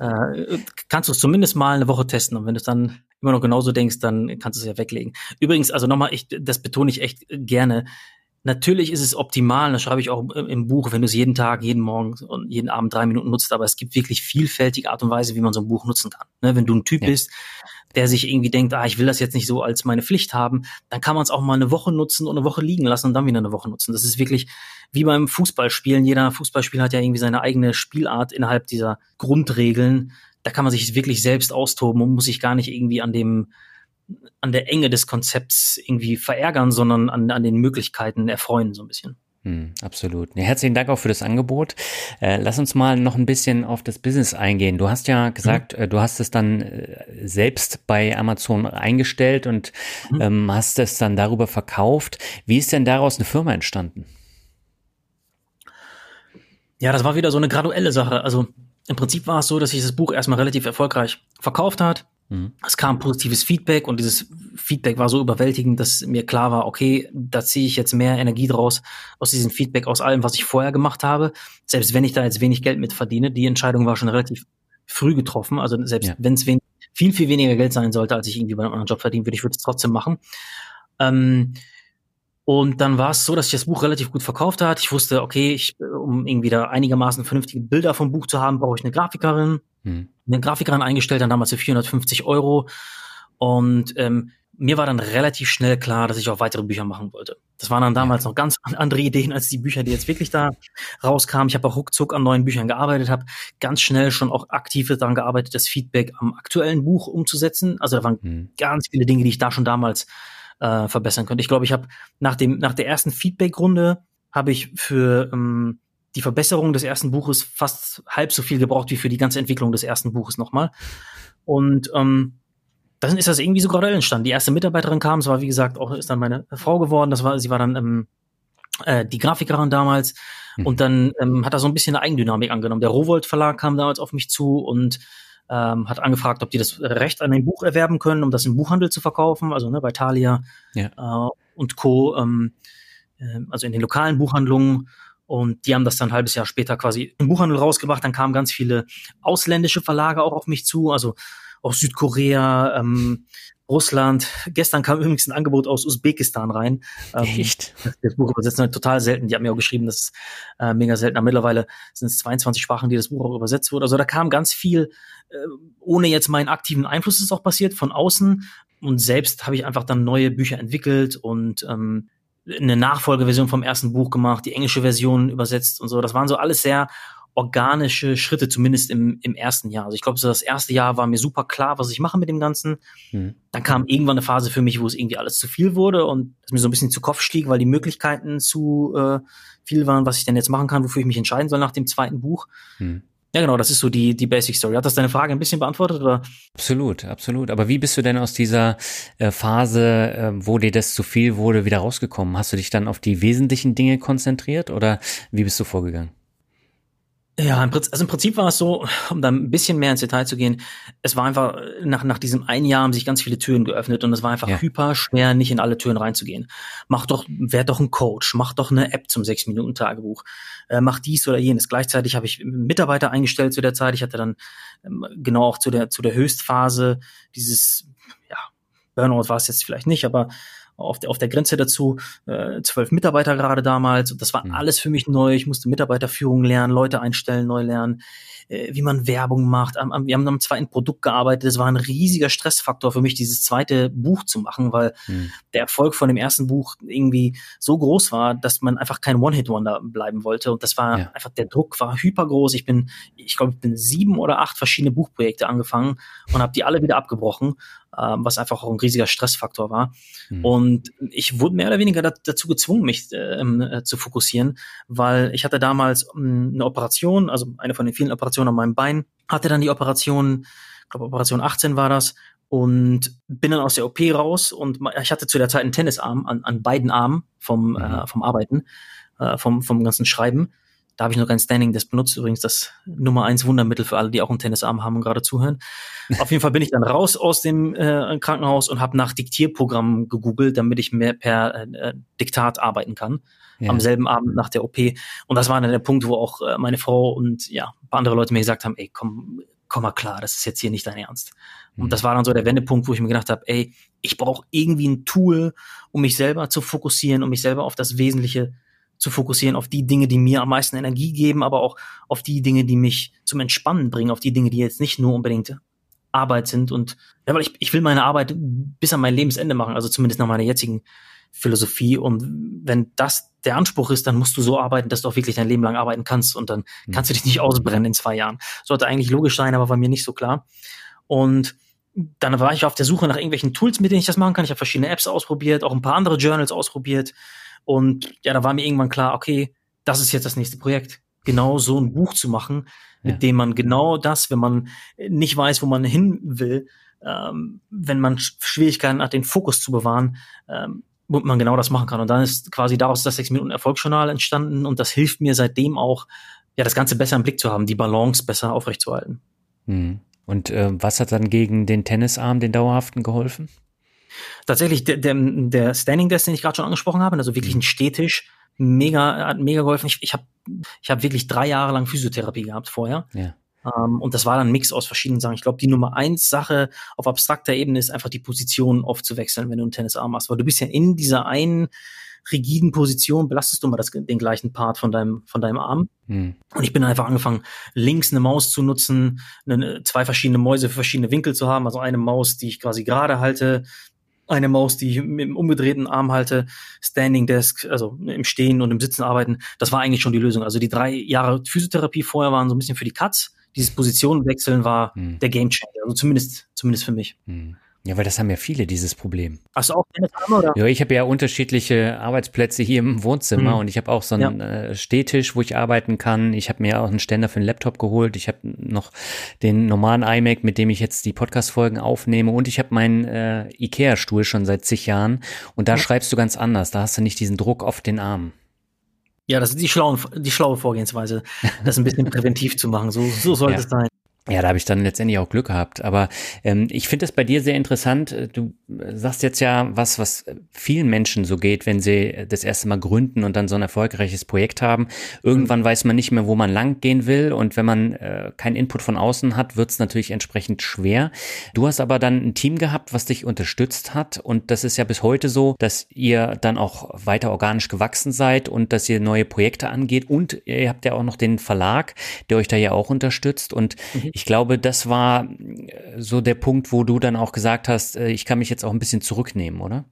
kannst du es zumindest mal eine Woche testen. Und wenn du es dann immer noch genauso denkst, dann kannst du es ja weglegen. Übrigens, also nochmal, das betone ich echt gerne. Natürlich ist es optimal, das schreibe ich auch im Buch, wenn du es jeden Tag, jeden Morgen und jeden Abend 3 Minuten nutzt, aber es gibt wirklich vielfältige Art und Weise, wie man so ein Buch nutzen kann. Ne, wenn du ein Typ bist, der sich irgendwie denkt, ich will das jetzt nicht so als meine Pflicht haben, dann kann man es auch mal eine Woche nutzen und eine Woche liegen lassen und dann wieder eine Woche nutzen. Das ist wirklich wie beim Fußballspielen. Jeder Fußballspieler hat ja irgendwie seine eigene Spielart innerhalb dieser Grundregeln. Da kann man sich wirklich selbst austoben und muss sich gar nicht irgendwie an der Enge des Konzepts irgendwie verärgern, sondern an den Möglichkeiten erfreuen so ein bisschen. Absolut. Ja, herzlichen Dank auch für das Angebot. Lass uns mal noch ein bisschen auf das Business eingehen. Du hast ja gesagt, du hast es dann selbst bei Amazon eingestellt und hast es dann darüber verkauft. Wie ist denn daraus eine Firma entstanden? Ja, das war wieder so eine graduelle Sache. Also im Prinzip war es so, dass sich das Buch erstmal relativ erfolgreich verkauft hat. Es kam positives Feedback und dieses Feedback war so überwältigend, dass mir klar war, okay, da ziehe ich jetzt mehr Energie draus aus diesem Feedback, aus allem, was ich vorher gemacht habe. Selbst wenn ich da jetzt wenig Geld mit verdiene, die Entscheidung war schon relativ früh getroffen. Also selbst wenn es viel, viel weniger Geld sein sollte, als ich irgendwie bei einem anderen Job verdienen würde, ich würde es trotzdem machen. Und dann war es so, dass sich das Buch relativ gut verkauft hat. Ich wusste, okay, um irgendwie da einigermaßen vernünftige Bilder vom Buch zu haben, brauche ich eine Grafikerin. Eine Grafikerin eingestellt, dann damals für 450 €. Und mir war dann relativ schnell klar, dass ich auch weitere Bücher machen wollte. Das waren dann damals noch ganz andere Ideen als die Bücher, die jetzt wirklich da rauskamen. Ich habe auch ruckzuck an neuen Büchern gearbeitet, habe ganz schnell schon auch aktiv daran gearbeitet, das Feedback am aktuellen Buch umzusetzen. Also da waren ganz viele Dinge, die ich da schon damals verbessern könnte. Ich glaube, ich habe nach der ersten Feedback-Runde habe ich für die Verbesserung des ersten Buches fast halb so viel gebraucht wie für die ganze Entwicklung des ersten Buches nochmal. Und dann ist das irgendwie so graduell entstanden. Die erste Mitarbeiterin kam, es war wie gesagt auch, ist dann meine Frau geworden. Sie war dann die Grafikerin damals. Und dann hat er so ein bisschen eine Eigendynamik angenommen. Der Rowohlt Verlag kam damals auf mich zu und hat angefragt, ob die das Recht an dem Buch erwerben können, um das im Buchhandel zu verkaufen, also bei Thalia und Co., also in den lokalen Buchhandlungen. Und die haben das dann ein halbes Jahr später quasi im Buchhandel rausgebracht. Dann kamen ganz viele ausländische Verlage auch auf mich zu, also aus Südkorea, Russland. Gestern kam übrigens ein Angebot aus Usbekistan rein. Echt? Das Buch übersetzen total selten. Die haben mir auch geschrieben, das ist mega selten. Aber mittlerweile sind es 22 Sprachen, die das Buch auch übersetzt wurde. Also da kam ganz viel, ohne jetzt meinen aktiven Einfluss ist auch passiert, von außen. Und selbst habe ich einfach dann neue Bücher entwickelt und eine Nachfolgeversion vom ersten Buch gemacht, die englische Version übersetzt und so. Das waren so alles sehr organische Schritte, zumindest im ersten Jahr. Also ich glaube, so das erste Jahr war mir super klar, was ich mache mit dem Ganzen. Dann kam irgendwann eine Phase für mich, wo es irgendwie alles zu viel wurde und es mir so ein bisschen zu Kopf stieg, weil die Möglichkeiten zu viel waren, was ich denn jetzt machen kann, wofür ich mich entscheiden soll nach dem zweiten Buch. Ja, genau, das ist so die Basic Story. Hat das deine Frage ein bisschen beantwortet, oder? Absolut, absolut. Aber wie bist du denn aus dieser Phase, wo dir das zu viel wurde, wieder rausgekommen? Hast du dich dann auf die wesentlichen Dinge konzentriert oder wie bist du vorgegangen? Ja, im Prinzip war es so, um da ein bisschen mehr ins Detail zu gehen, es war einfach, nach diesem einen Jahr haben sich ganz viele Türen geöffnet und es war einfach hyper schwer, nicht in alle Türen reinzugehen. Werd doch ein Coach, mach doch eine App zum 6-Minuten-Tagebuch, mach dies oder jenes. Gleichzeitig habe ich Mitarbeiter eingestellt zu der Zeit. Ich hatte dann genau auch zu der Höchstphase dieses, Burnout war es jetzt vielleicht nicht, aber auf der Grenze dazu, 12 Mitarbeiter gerade damals. Und das war alles für mich neu. Ich musste Mitarbeiterführung lernen, Leute einstellen, neu lernen, wie man Werbung macht. Wir haben am zweiten Produkt gearbeitet. Es war ein riesiger Stressfaktor für mich, dieses zweite Buch zu machen, weil der Erfolg von dem ersten Buch irgendwie so groß war, dass man einfach kein One-Hit-Wonder bleiben wollte. Und das war einfach, der Druck war hypergroß. Ich glaube, ich bin 7 oder 8 verschiedene Buchprojekte angefangen und habe die alle wieder abgebrochen, was einfach auch ein riesiger Stressfaktor war. Und ich wurde mehr oder weniger dazu gezwungen, mich zu fokussieren, weil ich hatte damals eine Operation, also eine von den vielen Operationen an meinem Bein, hatte dann die Operation, ich glaube Operation 18 war das, und bin dann aus der OP raus und ich hatte zu der Zeit einen Tennisarm an beiden Armen vom Arbeiten, vom ganzen Schreiben. Da habe ich noch kein Standing Desk benutzt, übrigens das Nummer 1 Wundermittel für alle, die auch einen Tennisarm haben und gerade zuhören. Auf jeden Fall bin ich dann raus aus dem Krankenhaus und habe nach Diktierprogrammen gegoogelt, damit ich mehr per Diktat arbeiten kann. Am selben Abend nach der OP. Und das war dann der Punkt, wo auch meine Frau und ein paar andere Leute mir gesagt haben, ey, komm mal klar, das ist jetzt hier nicht dein Ernst. Und das war dann so der Wendepunkt, wo ich mir gedacht habe, ey, ich brauche irgendwie ein Tool, um mich selber zu fokussieren, um mich selber auf das Wesentliche zu fokussieren, auf die Dinge, die mir am meisten Energie geben, aber auch auf die Dinge, die mich zum Entspannen bringen, auf die Dinge, die jetzt nicht nur unbedingt Arbeit sind. Und weil ich will meine Arbeit bis an mein Lebensende machen, also zumindest nach meiner jetzigen Philosophie. Und wenn das der Anspruch ist, dann musst du so arbeiten, dass du auch wirklich dein Leben lang arbeiten kannst und dann kannst du dich nicht ausbrennen in 2 Jahren. Sollte eigentlich logisch sein, aber war mir nicht so klar. Und dann war ich auf der Suche nach irgendwelchen Tools, mit denen ich das machen kann. Ich habe verschiedene Apps ausprobiert, auch ein paar andere Journals ausprobiert. Und da war mir irgendwann klar, okay, das ist jetzt das nächste Projekt. Genau so ein Buch zu machen, mit dem man genau das, wenn man nicht weiß, wo man hin will, wenn man Schwierigkeiten hat, den Fokus zu bewahren, man genau das machen kann. Und dann ist quasi daraus das 6-Minuten-Erfolgsjournal entstanden und das hilft mir seitdem auch, das Ganze besser im Blick zu haben, die Balance besser aufrechtzuerhalten. Und was hat dann gegen den Tennisarm, den dauerhaften, geholfen? Tatsächlich der Standing Desk, den ich gerade schon angesprochen habe, also wirklich ein Stehtisch, hat mega geholfen. Ich hab wirklich 3 Jahre lang Physiotherapie gehabt vorher. Und das war dann ein Mix aus verschiedenen Sachen. Ich glaube, die Nummer 1 Sache auf abstrakter Ebene ist einfach die Position oft zu wechseln, wenn du einen Tennisarm hast. Weil du bist ja in dieser einen rigiden Position, belastest du mal den gleichen Part von deinem Arm. Und ich bin einfach angefangen, links eine Maus zu nutzen, 2 verschiedene Mäuse für verschiedene Winkel zu haben. Also eine Maus, die ich quasi gerade halte, eine Maus, die ich mit dem umgedrehten Arm halte, Standing Desk, also im Stehen und im Sitzen arbeiten. Das war eigentlich schon die Lösung. Also die 3 Jahre Physiotherapie vorher waren so ein bisschen für die Katz. Dieses Positionenwechseln war der Gamechanger, also zumindest für mich. Ja, weil das haben ja viele, dieses Problem. Hast du auch eine Dame, oder? Ja, ich habe ja unterschiedliche Arbeitsplätze hier im Wohnzimmer und ich habe auch so einen Stehtisch, wo ich arbeiten kann. Ich habe mir auch einen Ständer für den Laptop geholt. Ich habe noch den normalen iMac, mit dem ich jetzt die Podcast-Folgen aufnehme, und ich habe meinen Ikea-Stuhl schon seit zig Jahren, und da schreibst du ganz anders. Da hast du nicht diesen Druck auf den Arm. Ja, das ist die schlaue Vorgehensweise, das ein bisschen präventiv zu machen. So sollte es sein. Ja, da habe ich dann letztendlich auch Glück gehabt. Aber ich finde das bei dir sehr interessant. Du sagst jetzt ja was vielen Menschen so geht, wenn sie das erste Mal gründen und dann so ein erfolgreiches Projekt haben. Irgendwann weiß man nicht mehr, wo man lang gehen will. Und wenn man keinen Input von außen hat, wird es natürlich entsprechend schwer. Du hast aber dann ein Team gehabt, was dich unterstützt hat. Und das ist ja bis heute so, dass ihr dann auch weiter organisch gewachsen seid und dass ihr neue Projekte angeht. Und ihr habt ja auch noch den Verlag, der euch da ja auch unterstützt. Und ich glaube, das war so der Punkt, wo du dann auch gesagt hast, ich kann mich jetzt auch ein bisschen zurücknehmen, oder?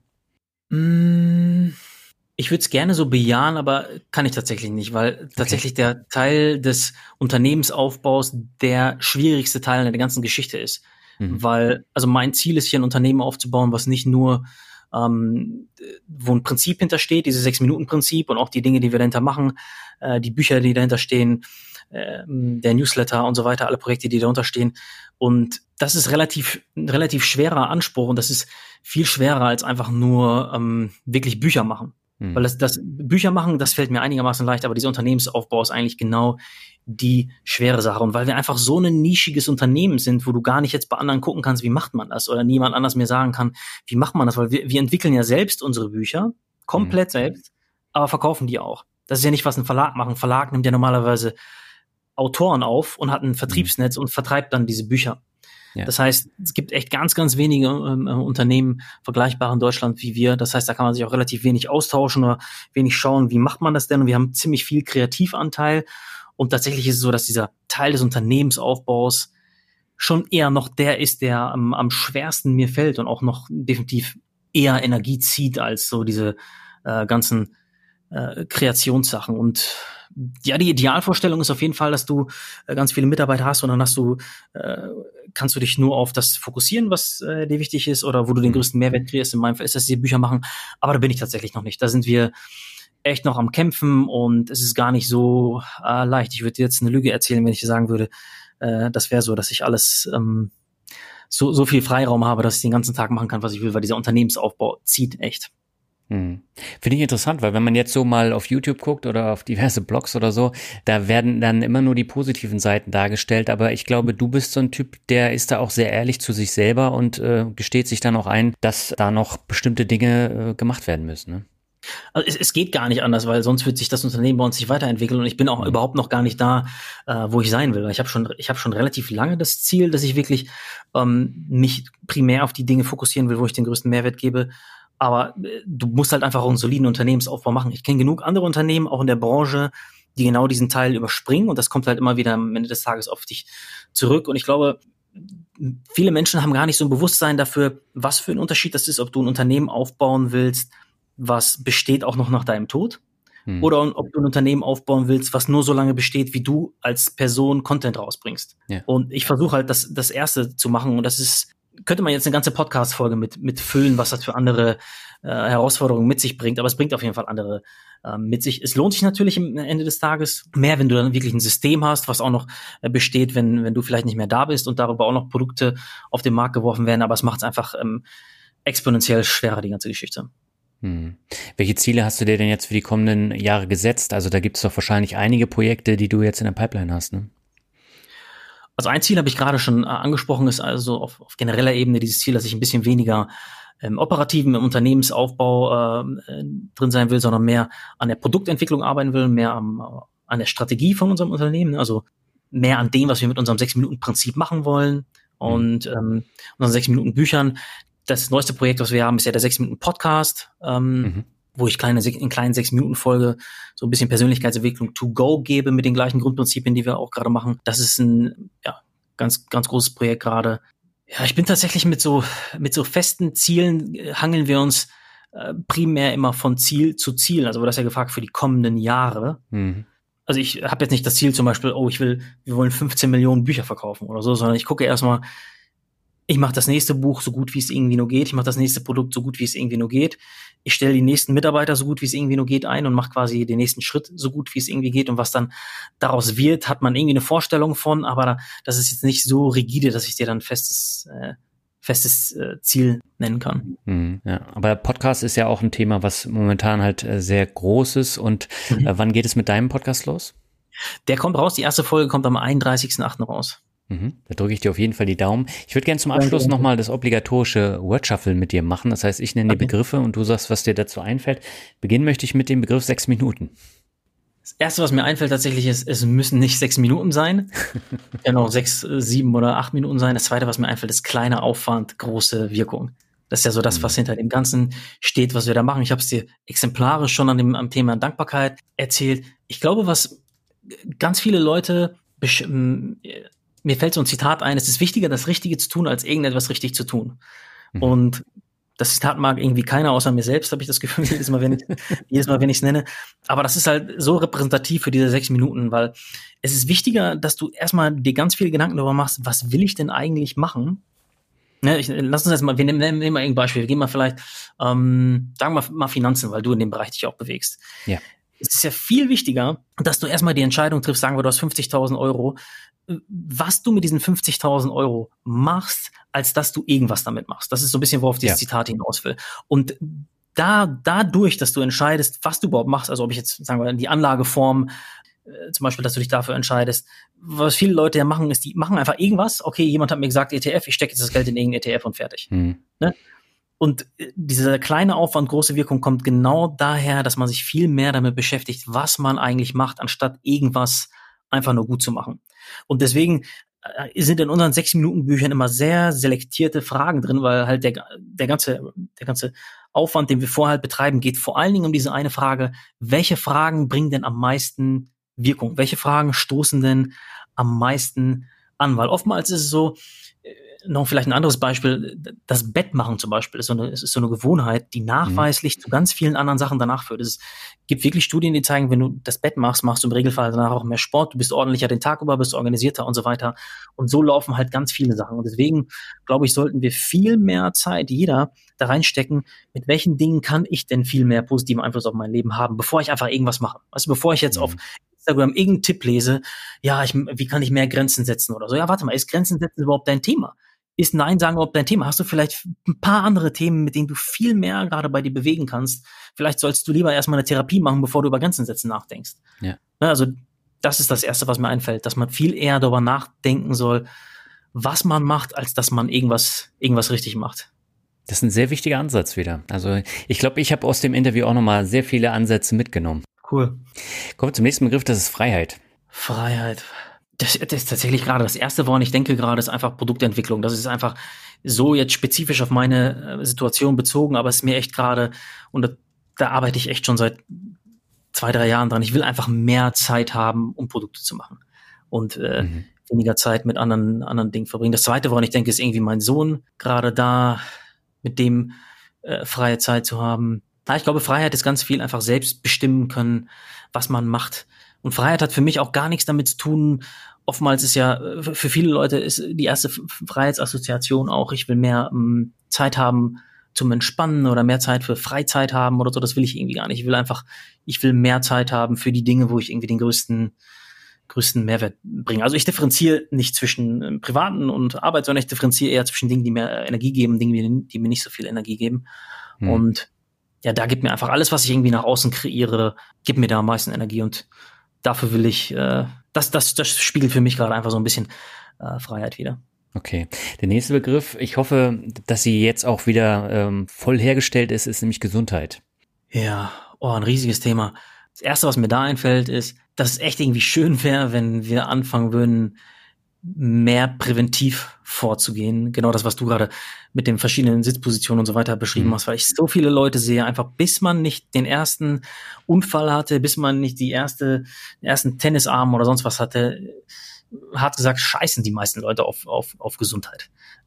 Ich würde es gerne so bejahen, aber kann ich tatsächlich nicht, weil tatsächlich der Teil des Unternehmensaufbaus der schwierigste Teil der ganzen Geschichte ist. Weil, also mein Ziel ist hier ein Unternehmen aufzubauen, was nicht nur wo ein Prinzip hintersteht, dieses 6-Minuten-Prinzip und auch die Dinge, die wir dahinter machen, die Bücher, die dahinter stehen, der Newsletter und so weiter, alle Projekte, die darunter stehen. Und das ist relativ schwerer Anspruch, und das ist viel schwerer als einfach nur wirklich Bücher machen. Weil das Bücher machen, das fällt mir einigermaßen leicht, aber dieser Unternehmensaufbau ist eigentlich genau die schwere Sache. Und weil wir einfach so ein nischiges Unternehmen sind, wo du gar nicht jetzt bei anderen gucken kannst, wie macht man das, oder niemand anders mir sagen kann, wie macht man das, weil wir entwickeln ja selbst unsere Bücher, komplett selbst, aber verkaufen die auch. Das ist ja nicht, was ein Verlag macht. Ein Verlag nimmt ja normalerweise Autoren auf und hat ein Vertriebsnetz und vertreibt dann diese Bücher. Ja. Das heißt, es gibt echt ganz, ganz wenige Unternehmen vergleichbar in Deutschland wie wir. Das heißt, da kann man sich auch relativ wenig austauschen oder wenig schauen, wie macht man das denn? Und wir haben ziemlich viel Kreativanteil. Und tatsächlich ist es so, dass dieser Teil des Unternehmensaufbaus schon eher noch der ist, der am schwersten mir fällt und auch noch definitiv eher Energie zieht als so diese ganzen Kreationssachen. Und ja, die Idealvorstellung ist auf jeden Fall, dass du ganz viele Mitarbeiter hast, und dann kannst du dich nur auf das fokussieren, was dir wichtig ist oder wo du den größten Mehrwert kriegst. In meinem Fall ist das, die Bücher machen, aber da bin ich tatsächlich noch nicht. Da sind wir echt noch am Kämpfen, und es ist gar nicht so leicht. Ich würde dir jetzt eine Lüge erzählen, wenn ich dir sagen würde, das wäre so, dass ich alles so viel Freiraum habe, dass ich den ganzen Tag machen kann, was ich will, weil dieser Unternehmensaufbau zieht echt. Finde ich interessant, weil wenn man jetzt so mal auf YouTube guckt oder auf diverse Blogs oder so, da werden dann immer nur die positiven Seiten dargestellt, aber ich glaube, du bist so ein Typ, der ist da auch sehr ehrlich zu sich selber und gesteht sich dann auch ein, dass da noch bestimmte Dinge gemacht werden müssen, ne? Also es geht gar nicht anders, weil sonst wird sich das Unternehmen bei uns nicht weiterentwickeln, und ich bin auch überhaupt noch gar nicht da, wo ich sein will. Ich habe schon relativ lange das Ziel, dass ich wirklich mich primär auf die Dinge fokussieren will, wo ich den größten Mehrwert gebe. Aber du musst halt einfach auch einen soliden Unternehmensaufbau machen. Ich kenne genug andere Unternehmen, auch in der Branche, die genau diesen Teil überspringen, und das kommt halt immer wieder am Ende des Tages auf dich zurück. Und ich glaube, viele Menschen haben gar nicht so ein Bewusstsein dafür, was für ein Unterschied das ist, ob du ein Unternehmen aufbauen willst, was besteht auch noch nach deinem Tod, oder ob du ein Unternehmen aufbauen willst, was nur so lange besteht, wie du als Person Content rausbringst. Ja. Und ich versuche halt das Erste zu machen, und das ist, könnte man jetzt eine ganze Podcast-Folge mit füllen, was das für andere Herausforderungen mit sich bringt, aber es bringt auf jeden Fall andere mit sich. Es lohnt sich natürlich am Ende des Tages mehr, wenn du dann wirklich ein System hast, was auch noch besteht, wenn du vielleicht nicht mehr da bist und darüber auch noch Produkte auf den Markt geworfen werden, aber es macht es einfach exponentiell schwerer, die ganze Geschichte. Welche Ziele hast du dir denn jetzt für die kommenden Jahre gesetzt? Also da gibt es doch wahrscheinlich einige Projekte, die du jetzt in der Pipeline hast, ne? Also ein Ziel habe ich gerade schon angesprochen, ist also auf genereller Ebene dieses Ziel, dass ich ein bisschen weniger operativen im Unternehmensaufbau drin sein will, sondern mehr an der Produktentwicklung arbeiten will, mehr an der Strategie von unserem Unternehmen, also mehr an dem, was wir mit unserem 6-Minuten-Prinzip machen wollen und unseren 6-Minuten-Büchern. Das neueste Projekt, was wir haben, ist ja der 6-Minuten-Podcast, wo ich in kleinen 6-Minuten-Folge so ein bisschen Persönlichkeitsentwicklung to go gebe mit den gleichen Grundprinzipien, die wir auch gerade machen. Das ist ein ganz, ganz großes Projekt gerade. Ja, ich bin tatsächlich mit so festen Zielen hangeln wir uns primär immer von Ziel zu Ziel. Also wurde das ja gefragt für die kommenden Jahre. Mhm. Also ich habe jetzt nicht das Ziel zum Beispiel, wir wollen 15 Millionen Bücher verkaufen oder so, sondern ich gucke erstmal, ich mache das nächste Buch so gut, wie es irgendwie nur geht. Ich mache das nächste Produkt so gut, wie es irgendwie nur geht. Ich stelle die nächsten Mitarbeiter so gut, wie es irgendwie nur geht ein und mache quasi den nächsten Schritt so gut, wie es irgendwie geht. Und was dann daraus wird, hat man irgendwie eine Vorstellung von. Aber das ist jetzt nicht so rigide, dass ich dir dann festes Ziel nennen kann. Ja, aber Podcast ist ja auch ein Thema, was momentan halt sehr groß ist. Und wann geht es mit deinem Podcast los? Der kommt raus. Die erste Folge kommt am 31.8. raus. Da drücke ich dir auf jeden Fall die Daumen. Ich würde gerne zum Abschluss nochmal das obligatorische Word-Shuffle mit dir machen. Das heißt, ich nenne die Begriffe und du sagst, was dir dazu einfällt. Beginnen möchte ich mit dem Begriff 6 Minuten. Das Erste, was mir einfällt tatsächlich ist, es müssen nicht 6 Minuten sein. Können auch 6, 7 oder 8 Minuten sein. Das Zweite, was mir einfällt, ist kleiner Aufwand, große Wirkung. Das ist ja so das, was hinter dem Ganzen steht, was wir da machen. Ich habe es dir exemplarisch schon am Thema Dankbarkeit erzählt. Ich glaube, was ganz viele Leute mir fällt so ein Zitat ein, es ist wichtiger, das Richtige zu tun, als irgendetwas richtig zu tun. Und das Zitat mag irgendwie keiner außer mir selbst, habe ich das Gefühl, jedes Mal, wenn ich es nenne. Aber das ist halt so repräsentativ für diese 6 Minuten, weil es ist wichtiger, dass du erstmal dir ganz viele Gedanken darüber machst, was will ich denn eigentlich machen? Ne, lass uns jetzt mal, wir nehmen mal irgendein Beispiel. Wir gehen mal vielleicht, sagen wir mal Finanzen, weil du in dem Bereich dich auch bewegst. Ja. Es ist ja viel wichtiger, dass du erstmal die Entscheidung triffst, sagen wir, du hast 50.000 Euro, was du mit diesen 50.000 Euro machst, als dass du irgendwas damit machst. Das ist so ein bisschen, worauf dieses Zitat hinaus will. Und dadurch, dass du entscheidest, was du überhaupt machst, also ob ich jetzt, sagen wir, die Anlageform, zum Beispiel, dass du dich dafür entscheidest, was viele Leute ja machen, ist, die machen einfach irgendwas. Okay, jemand hat mir gesagt, ETF, ich stecke jetzt das Geld in irgendein ETF und fertig. Ne? Und dieser kleine Aufwand, große Wirkung kommt genau daher, dass man sich viel mehr damit beschäftigt, was man eigentlich macht, anstatt irgendwas einfach nur gut zu machen. Und deswegen sind in unseren 6-Minuten-Büchern immer sehr selektierte Fragen drin, weil halt der ganze Aufwand, den wir vorher halt betreiben, geht vor allen Dingen um diese eine Frage: Welche Fragen bringen denn am meisten Wirkung? Welche Fragen stoßen denn am meisten an? Weil oftmals ist es so, noch vielleicht ein anderes Beispiel, das Bett machen zum Beispiel ist so eine Gewohnheit, die nachweislich zu ganz vielen anderen Sachen danach führt. Es gibt wirklich Studien, die zeigen, wenn du das Bett machst, machst du im Regelfall danach auch mehr Sport, du bist ordentlicher den Tag über, bist organisierter und so weiter. Und so laufen halt ganz viele Sachen. Und deswegen, glaube ich, sollten wir viel mehr Zeit, jeder, da reinstecken, mit welchen Dingen kann ich denn viel mehr positiven Einfluss auf mein Leben haben, bevor ich einfach irgendwas mache. Also bevor ich jetzt auf Instagram irgendeinen Tipp lese, wie kann ich mehr Grenzen setzen oder so. Ja, warte mal, ist Grenzen setzen überhaupt dein Thema? Ist Nein sagen überhaupt dein Thema? Hast du vielleicht ein paar andere Themen, mit denen du viel mehr gerade bei dir bewegen kannst? Vielleicht sollst du lieber erstmal eine Therapie machen, bevor du über Grenzen setzen nachdenkst. Ja. Also das ist das Erste, was mir einfällt, dass man viel eher darüber nachdenken soll, was man macht, als dass man irgendwas richtig macht. Das ist ein sehr wichtiger Ansatz wieder. Also ich glaube, ich habe aus dem Interview auch nochmal sehr viele Ansätze mitgenommen. Cool. Kommen wir zum nächsten Begriff, das ist Freiheit. Freiheit. Das ist tatsächlich gerade das Erste, woran ich denke gerade, ist einfach Produktentwicklung. Das ist einfach so jetzt spezifisch auf meine Situation bezogen, aber es ist mir echt gerade, und da arbeite ich echt schon seit 2-3 Jahren dran. Ich will einfach mehr Zeit haben, um Produkte zu machen und weniger Zeit mit anderen Dingen verbringen. Das Zweite, woran ich denke, ist irgendwie mein Sohn, gerade da mit dem freie Zeit zu haben. Ich glaube, Freiheit ist ganz viel einfach selbst bestimmen können, was man macht. Und Freiheit hat für mich auch gar nichts damit zu tun. Oftmals ist ja, für viele Leute ist die erste Freiheitsassoziation auch, ich will mehr Zeit haben zum Entspannen oder mehr Zeit für Freizeit haben oder so. Das will ich irgendwie gar nicht. Ich will mehr Zeit haben für die Dinge, wo ich irgendwie den größten Mehrwert bringe. Also ich differenziere nicht zwischen Privaten und Arbeit, sondern ich differenziere eher zwischen Dingen, die mir Energie geben, Dingen, die mir nicht so viel Energie geben. Und ja, da gibt mir einfach alles, was ich irgendwie nach außen kreiere, gibt mir da am meisten Energie, und dafür will ich, das spiegelt für mich gerade einfach so ein bisschen Freiheit wider. Okay. Der nächste Begriff, ich hoffe, dass sie jetzt auch wieder voll hergestellt ist nämlich Gesundheit. Ja, ein riesiges Thema. Das Erste, was mir da einfällt, ist, dass es echt irgendwie schön wäre, wenn wir anfangen würden, mehr präventiv vorzugehen. Genau das, was du gerade mit den verschiedenen Sitzpositionen und so weiter beschrieben hast, weil ich so viele Leute sehe, einfach bis man nicht den ersten Unfall hatte, bis man nicht den ersten Tennisarm oder sonst was hatte, hart gesagt, scheißen die meisten Leute auf Gesundheit.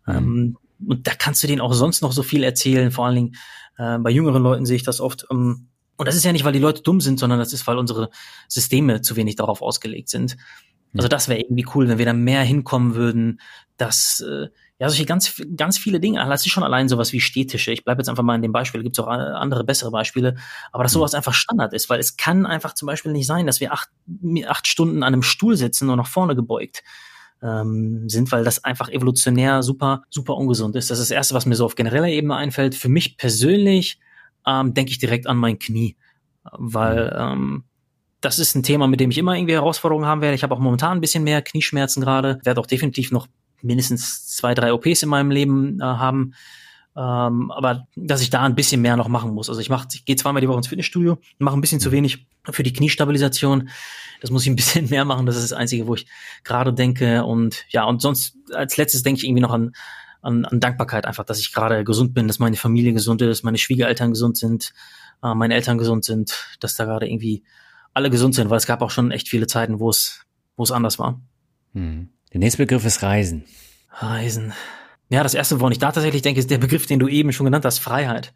Und da kannst du denen auch sonst noch so viel erzählen. Vor allen Dingen bei jüngeren Leuten sehe ich das oft. Und das ist ja nicht, weil die Leute dumm sind, sondern das ist, weil unsere Systeme zu wenig darauf ausgelegt sind. Also das wäre irgendwie cool, wenn wir da mehr hinkommen würden, dass solche ganz viele Dinge, das ist schon allein sowas wie Stehtische. Ich bleibe jetzt einfach mal in dem Beispiel, da gibt es auch andere, bessere Beispiele, aber dass sowas einfach Standard ist, weil es kann einfach zum Beispiel nicht sein, dass wir 8 Stunden an einem Stuhl sitzen und nach vorne gebeugt sind, weil das einfach evolutionär super, super ungesund ist. Das ist das Erste, was mir so auf genereller Ebene einfällt. Für mich persönlich denke ich direkt an mein Knie, weil das ist ein Thema, mit dem ich immer irgendwie Herausforderungen haben werde. Ich habe auch momentan ein bisschen mehr Knieschmerzen gerade, werde auch definitiv noch mindestens 2, 3 OPs in meinem Leben haben, aber dass ich da ein bisschen mehr noch machen muss. Also ich gehe 2-mal die Woche ins Fitnessstudio, mache ein bisschen zu wenig für die Kniestabilisation. Das muss ich ein bisschen mehr machen. Das ist das Einzige, wo ich gerade denke. Und ja, und sonst als letztes denke ich irgendwie noch an Dankbarkeit einfach, dass ich gerade gesund bin, dass meine Familie gesund ist, meine Schwiegereltern gesund sind, meine Eltern gesund sind, dass da gerade irgendwie alle gesund sind, weil es gab auch schon echt viele Zeiten, wo es anders war. Der nächste Begriff ist Reisen. Reisen. Ja, das erste, woran ich da tatsächlich denke, ist der Begriff, den du eben schon genannt hast, Freiheit.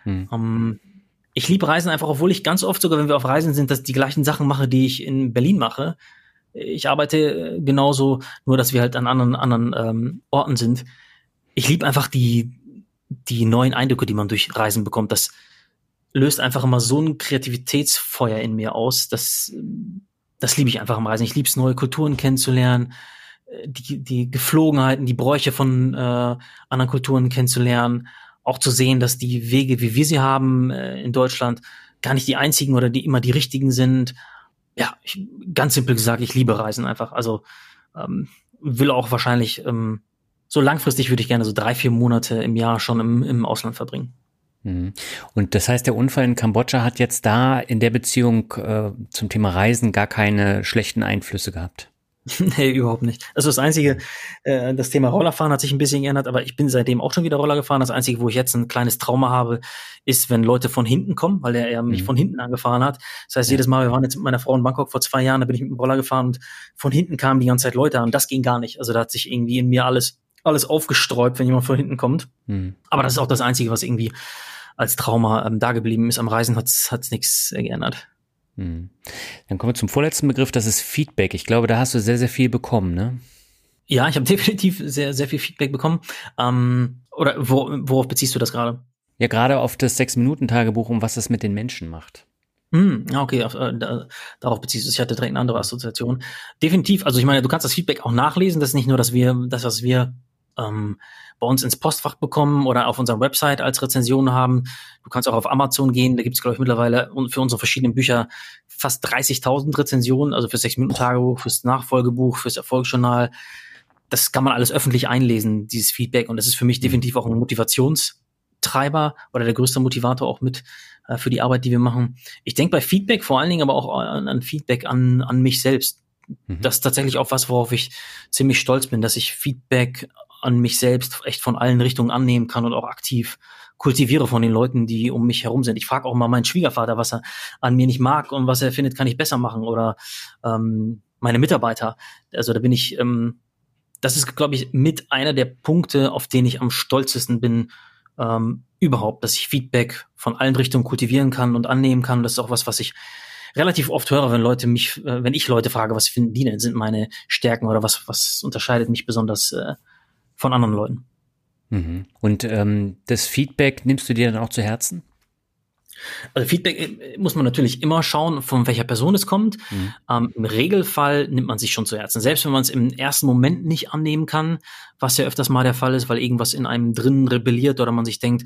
Ich liebe Reisen einfach, obwohl ich ganz oft sogar, wenn wir auf Reisen sind, dass die gleichen Sachen mache, die ich in Berlin mache. Ich arbeite genauso, nur dass wir halt an anderen Orten sind. Ich liebe einfach die neuen Eindrücke, die man durch Reisen bekommt. Das löst einfach immer so ein Kreativitätsfeuer in mir aus. Das liebe ich einfach am Reisen. Ich liebe es, neue Kulturen kennenzulernen, die Geflogenheiten, die Bräuche von anderen Kulturen kennenzulernen, auch zu sehen, dass die Wege, wie wir sie haben in Deutschland, gar nicht die einzigen oder die immer die richtigen sind. Ja, ganz simpel gesagt, ich liebe Reisen einfach. Also will auch wahrscheinlich so langfristig würde ich gerne so 3, 4 Monate im Jahr schon im Ausland verbringen. Und das heißt, der Unfall in Kambodscha hat jetzt da in der Beziehung zum Thema Reisen gar keine schlechten Einflüsse gehabt? Nee, überhaupt nicht. Also das Einzige, das Thema Rollerfahren hat sich ein bisschen geändert, aber ich bin seitdem auch schon wieder Roller gefahren. Das Einzige, wo ich jetzt ein kleines Trauma habe, ist, wenn Leute von hinten kommen, weil er mich von hinten angefahren hat. Das heißt, jedes Mal, wir waren jetzt mit meiner Frau in Bangkok vor 2 Jahren, da bin ich mit dem Roller gefahren und von hinten kamen die ganze Zeit Leute an und das ging gar nicht. Also da hat sich irgendwie in mir alles aufgesträubt, wenn jemand von hinten kommt. Aber das ist auch das Einzige, was irgendwie als Trauma da geblieben ist. Am Reisen hat's nichts geändert. Dann kommen wir zum vorletzten Begriff, das ist Feedback. Ich glaube, da hast du sehr, sehr viel bekommen, ne? Ja, ich habe definitiv sehr, sehr viel Feedback bekommen. Oder worauf beziehst du das gerade? Ja, gerade auf das 6-Minuten-Tagebuch, um was das mit den Menschen macht. Okay, darauf beziehst du es. Ich hatte direkt eine andere Assoziation. Definitiv, also ich meine, du kannst das Feedback auch nachlesen. Das ist nicht nur, dass was wir bei uns ins Postfach bekommen oder auf unserer Website als Rezension haben. Du kannst auch auf Amazon gehen, da gibt es, glaube ich, mittlerweile für unsere verschiedenen Bücher fast 30.000 Rezensionen, also fürs 6-Minuten-Tagebuch, fürs Nachfolgebuch, fürs Erfolgsjournal. Das kann man alles öffentlich einlesen, dieses Feedback, und das ist für mich definitiv auch ein Motivationstreiber oder der größte Motivator auch mit für die Arbeit, die wir machen. Ich denke bei Feedback vor allen Dingen aber auch an Feedback an mich selbst. Das ist tatsächlich auch was, worauf ich ziemlich stolz bin, dass ich Feedback an mich selbst echt von allen Richtungen annehmen kann und auch aktiv kultiviere von den Leuten, die um mich herum sind. Ich frage auch mal meinen Schwiegervater, was er an mir nicht mag und was er findet, kann ich besser machen, oder meine Mitarbeiter. Also da bin ich, das ist, glaube ich, mit einer der Punkte, auf denen ich am stolzesten bin überhaupt, dass ich Feedback von allen Richtungen kultivieren kann und annehmen kann. Das ist auch was ich relativ oft höre, wenn ich Leute frage, was finden die denn, sind meine Stärken oder was unterscheidet mich besonders von anderen Leuten. Und das Feedback nimmst du dir dann auch zu Herzen? Also Feedback muss man natürlich immer schauen, von welcher Person es kommt. Im Regelfall nimmt man sich schon zu Herzen. Selbst wenn man es im ersten Moment nicht annehmen kann, was ja öfters mal der Fall ist, weil irgendwas in einem drin rebelliert oder man sich denkt,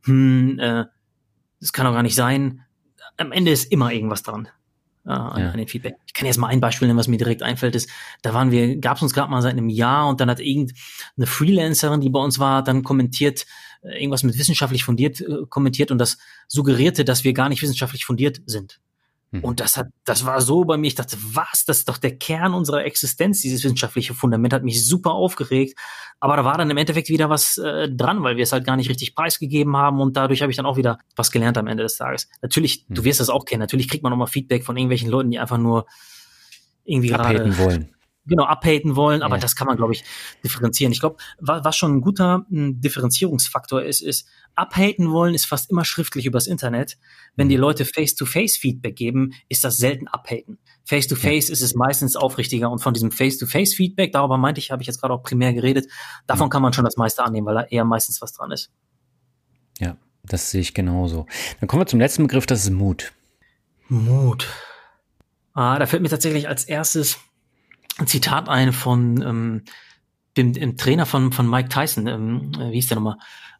das kann doch gar nicht sein. Am Ende ist immer irgendwas dran an den Feedback. Ich kann jetzt mal ein Beispiel nennen, was mir direkt einfällt, gab es uns gerade mal seit einem Jahr, und dann hat irgendeine Freelancerin, die bei uns war, dann kommentiert, irgendwas mit wissenschaftlich fundiert kommentiert, und das suggerierte, dass wir gar nicht wissenschaftlich fundiert sind. Und das war so bei mir, ich dachte, was, das ist doch der Kern unserer Existenz, dieses wissenschaftliche Fundament, hat mich super aufgeregt, aber da war dann im Endeffekt wieder was dran, weil wir es halt gar nicht richtig preisgegeben haben, und dadurch habe ich dann auch wieder was gelernt am Ende des Tages. Natürlich, du wirst das auch kennen, natürlich kriegt man auch mal Feedback von irgendwelchen Leuten, die einfach nur irgendwie abhaten wollen. genau, abhaten wollen, aber Ja. das kann man, glaube ich, differenzieren. Ich glaube, was schon ein guter Differenzierungsfaktor ist, abhaten wollen ist fast immer schriftlich übers Internet. Wenn die Leute Face-to-Face-Feedback geben, ist das selten abhaten. Face-to-Face ist es meistens aufrichtiger und von diesem Face-to-Face-Feedback, darüber meinte ich, habe ich jetzt gerade auch primär geredet, davon kann man schon das meiste annehmen, weil da eher meistens was dran ist. Ja, das sehe ich genauso. Dann kommen wir zum letzten Begriff, das ist Mut. Mut. Da fällt mir tatsächlich als erstes ein Zitat ein von dem Trainer von Mike Tyson. Wie hieß der nochmal?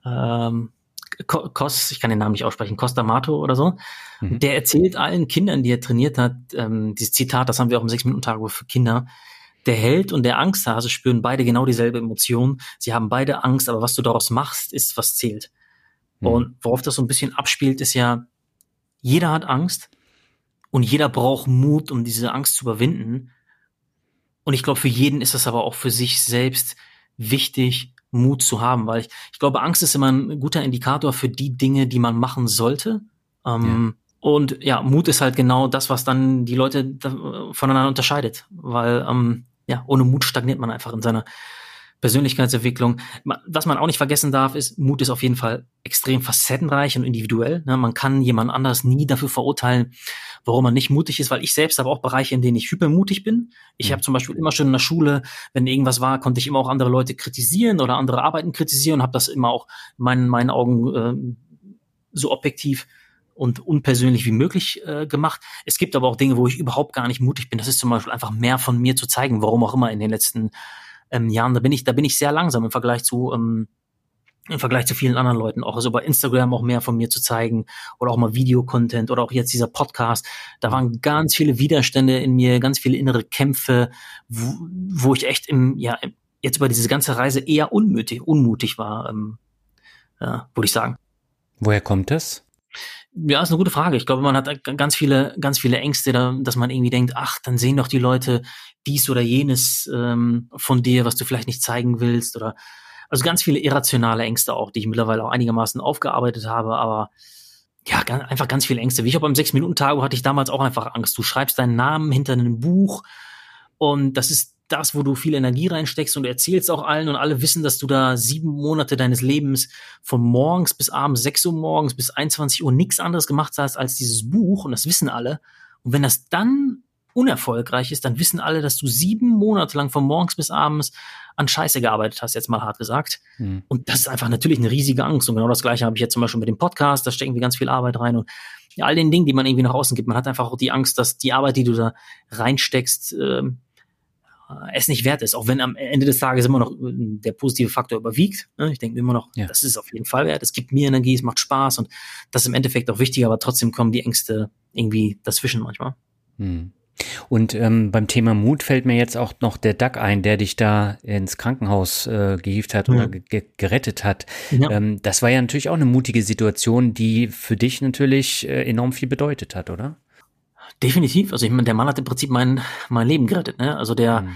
Ich kann den Namen nicht aussprechen, Costa Mato oder so. Der erzählt allen Kindern, die er trainiert hat, dieses Zitat, das haben wir auch im 6-Minuten-Tagebuch für Kinder. Der Held und der Angsthase spüren beide genau dieselbe Emotion. Sie haben beide Angst, aber was du daraus machst, ist, was zählt. Und worauf das so ein bisschen abspielt, ist ja, jeder hat Angst und jeder braucht Mut, um diese Angst zu überwinden. Und ich glaube, für jeden ist das aber auch für sich selbst wichtig, Mut zu haben, weil ich glaube, Angst ist immer ein guter Indikator für die Dinge, die man machen sollte. Und ja, Mut ist halt genau das, was dann die Leute voneinander unterscheidet, weil ohne Mut stagniert man einfach in seiner Persönlichkeitsentwicklung. Was man auch nicht vergessen darf, ist, Mut ist auf jeden Fall extrem facettenreich und individuell. Man kann jemand anders nie dafür verurteilen, warum man nicht mutig ist, weil ich selbst habe auch Bereiche, in denen ich hypermutig bin. Ich habe zum Beispiel immer schon in der Schule, wenn irgendwas war, konnte ich immer auch andere Leute kritisieren oder andere Arbeiten kritisieren und habe das immer auch in meinen Augen so objektiv und unpersönlich wie möglich gemacht. Es gibt aber auch Dinge, wo ich überhaupt gar nicht mutig bin. Das ist zum Beispiel einfach mehr von mir zu zeigen, warum auch immer in den letzten Jahren. Da bin ich sehr langsam im Vergleich zu vielen anderen Leuten, auch also bei Instagram auch mehr von mir zu zeigen oder auch mal Videocontent oder auch jetzt dieser Podcast. Da waren ganz viele Widerstände in mir, ganz viele innere Kämpfe, wo ich echt jetzt über diese ganze Reise eher unmutig war, würde ich sagen. Woher kommt das? Ja, ist eine gute Frage. Ich glaube, man hat ganz viele Ängste, dass man irgendwie denkt, ach, dann sehen doch die Leute dies oder jenes von dir, was du vielleicht nicht zeigen willst oder also ganz viele irrationale Ängste auch, die ich mittlerweile auch einigermaßen aufgearbeitet habe, aber ja, einfach ganz viele Ängste. Wie ich auch beim 6-Minuten-Tagebuch hatte ich damals auch einfach Angst. Du schreibst deinen Namen hinter einem Buch und das ist das, wo du viel Energie reinsteckst und du erzählst auch allen und alle wissen, dass du da 7 Monate deines Lebens von morgens bis abends 6 Uhr morgens bis 21 Uhr nichts anderes gemacht hast als dieses Buch und das wissen alle. Und wenn das dann unerfolgreich ist, dann wissen alle, dass du 7 Monate lang von morgens bis abends an Scheiße gearbeitet hast, jetzt mal hart gesagt. Und das ist einfach natürlich eine riesige Angst. Und genau das Gleiche habe ich jetzt zum Beispiel mit dem Podcast, da stecken wir ganz viel Arbeit rein und ja, all den Dingen, die man irgendwie nach außen gibt. Man hat einfach auch die Angst, dass die Arbeit, die du da reinsteckst, es nicht wert ist, auch wenn am Ende des Tages immer noch der positive Faktor überwiegt. Ich denke mir immer noch, das ist auf jeden Fall wert. Es gibt mir Energie, es macht Spaß und das ist im Endeffekt auch wichtig, aber trotzdem kommen die Ängste irgendwie dazwischen manchmal. Und beim Thema Mut fällt mir jetzt auch noch der Duck ein, der dich da ins Krankenhaus gehievt hat oder gerettet hat. Ja. Das war ja natürlich auch eine mutige Situation, die für dich natürlich enorm viel bedeutet hat, oder? Definitiv. Also ich meine, der Mann hat im Prinzip mein Leben gerettet. Ne? Also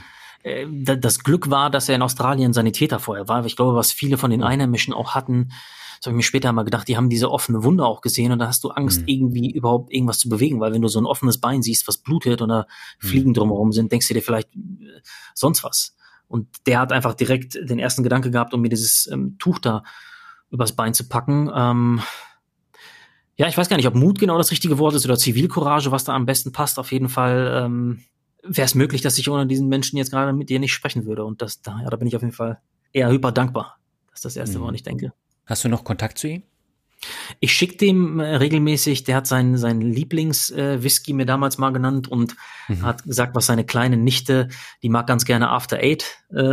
das Glück war, dass er in Australien Sanitäter vorher war. Ich glaube, was viele von den Einheimischen auch hatten, das habe ich mir später mal gedacht, die haben diese offene Wunde auch gesehen und da hast du Angst, irgendwie überhaupt irgendwas zu bewegen, weil wenn du so ein offenes Bein siehst, was blutet oder Fliegen drumherum sind, denkst du dir vielleicht sonst was. Und der hat einfach direkt den ersten Gedanke gehabt, um mir dieses Tuch da übers Bein zu packen. Ja, ich weiß gar nicht, ob Mut genau das richtige Wort ist oder Zivilcourage, was da am besten passt. Auf jeden Fall wäre es möglich, dass ich ohne diesen Menschen jetzt gerade mit dir nicht sprechen würde. Und da bin ich auf jeden Fall eher hyper dankbar. Das ist das Erste, woran ich denke. Hast du noch Kontakt zu ihm? Ich schicke dem regelmäßig, der hat seinen Lieblings-Whisky mir damals mal genannt und hat gesagt, was seine kleine Nichte, die mag ganz gerne After Eight.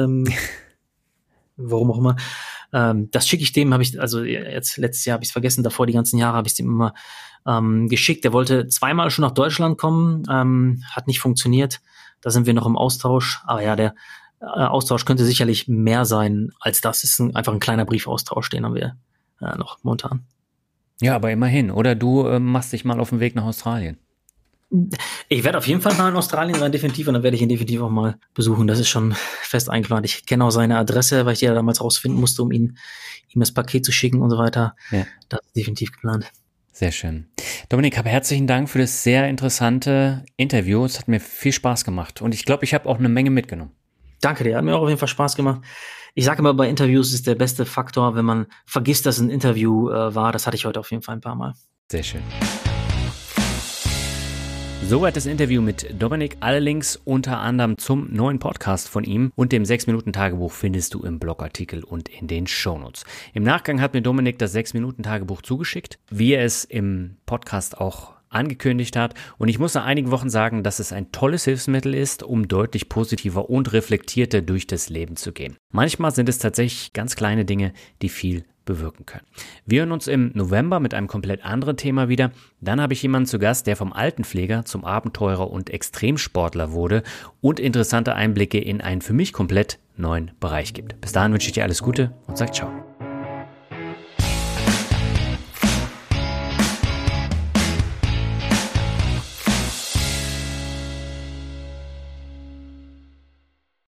Warum auch immer. Das schicke ich dem, also jetzt letztes Jahr habe ich es vergessen, davor die ganzen Jahre habe ich es ihm immer geschickt. Der wollte 2-mal schon nach Deutschland kommen, hat nicht funktioniert. Da sind wir noch im Austausch. Aber ja, der Austausch könnte sicherlich mehr sein als das. Ist einfach ein kleiner Briefaustausch, den haben wir noch momentan. Ja, aber immerhin. Oder du machst dich mal auf den Weg nach Australien. Ich werde auf jeden Fall mal in Australien sein, definitiv. Und dann werde ich ihn definitiv auch mal besuchen. Das ist schon fest eingeplant. Ich kenne auch seine Adresse, weil ich die ja damals rausfinden musste, um ihm das Paket zu schicken und so weiter. Ja. Das ist definitiv geplant. Sehr schön. Dominik, habe herzlichen Dank für das sehr interessante Interview. Es hat mir viel Spaß gemacht und ich glaube, ich habe auch eine Menge mitgenommen. Danke dir, hat mir auch auf jeden Fall Spaß gemacht. Ich sage immer, bei Interviews ist der beste Faktor, wenn man vergisst, dass es ein Interview war. Das hatte ich heute auf jeden Fall ein paar Mal. Sehr schön. Soweit das Interview mit Dominik. Alle Links unter anderem zum neuen Podcast von ihm und dem 6-Minuten-Tagebuch findest du im Blogartikel und in den Shownotes. Im Nachgang hat mir Dominik das 6-Minuten-Tagebuch zugeschickt, wie er es im Podcast auch angekündigt hat. Und ich muss nach einigen Wochen sagen, dass es ein tolles Hilfsmittel ist, um deutlich positiver und reflektierter durch das Leben zu gehen. Manchmal sind es tatsächlich ganz kleine Dinge, die viel bewirken können. Wir hören uns im November mit einem komplett anderen Thema wieder. Dann habe ich jemanden zu Gast, der vom Altenpfleger zum Abenteurer und Extremsportler wurde und interessante Einblicke in einen für mich komplett neuen Bereich gibt. Bis dahin wünsche ich dir alles Gute und sag ciao.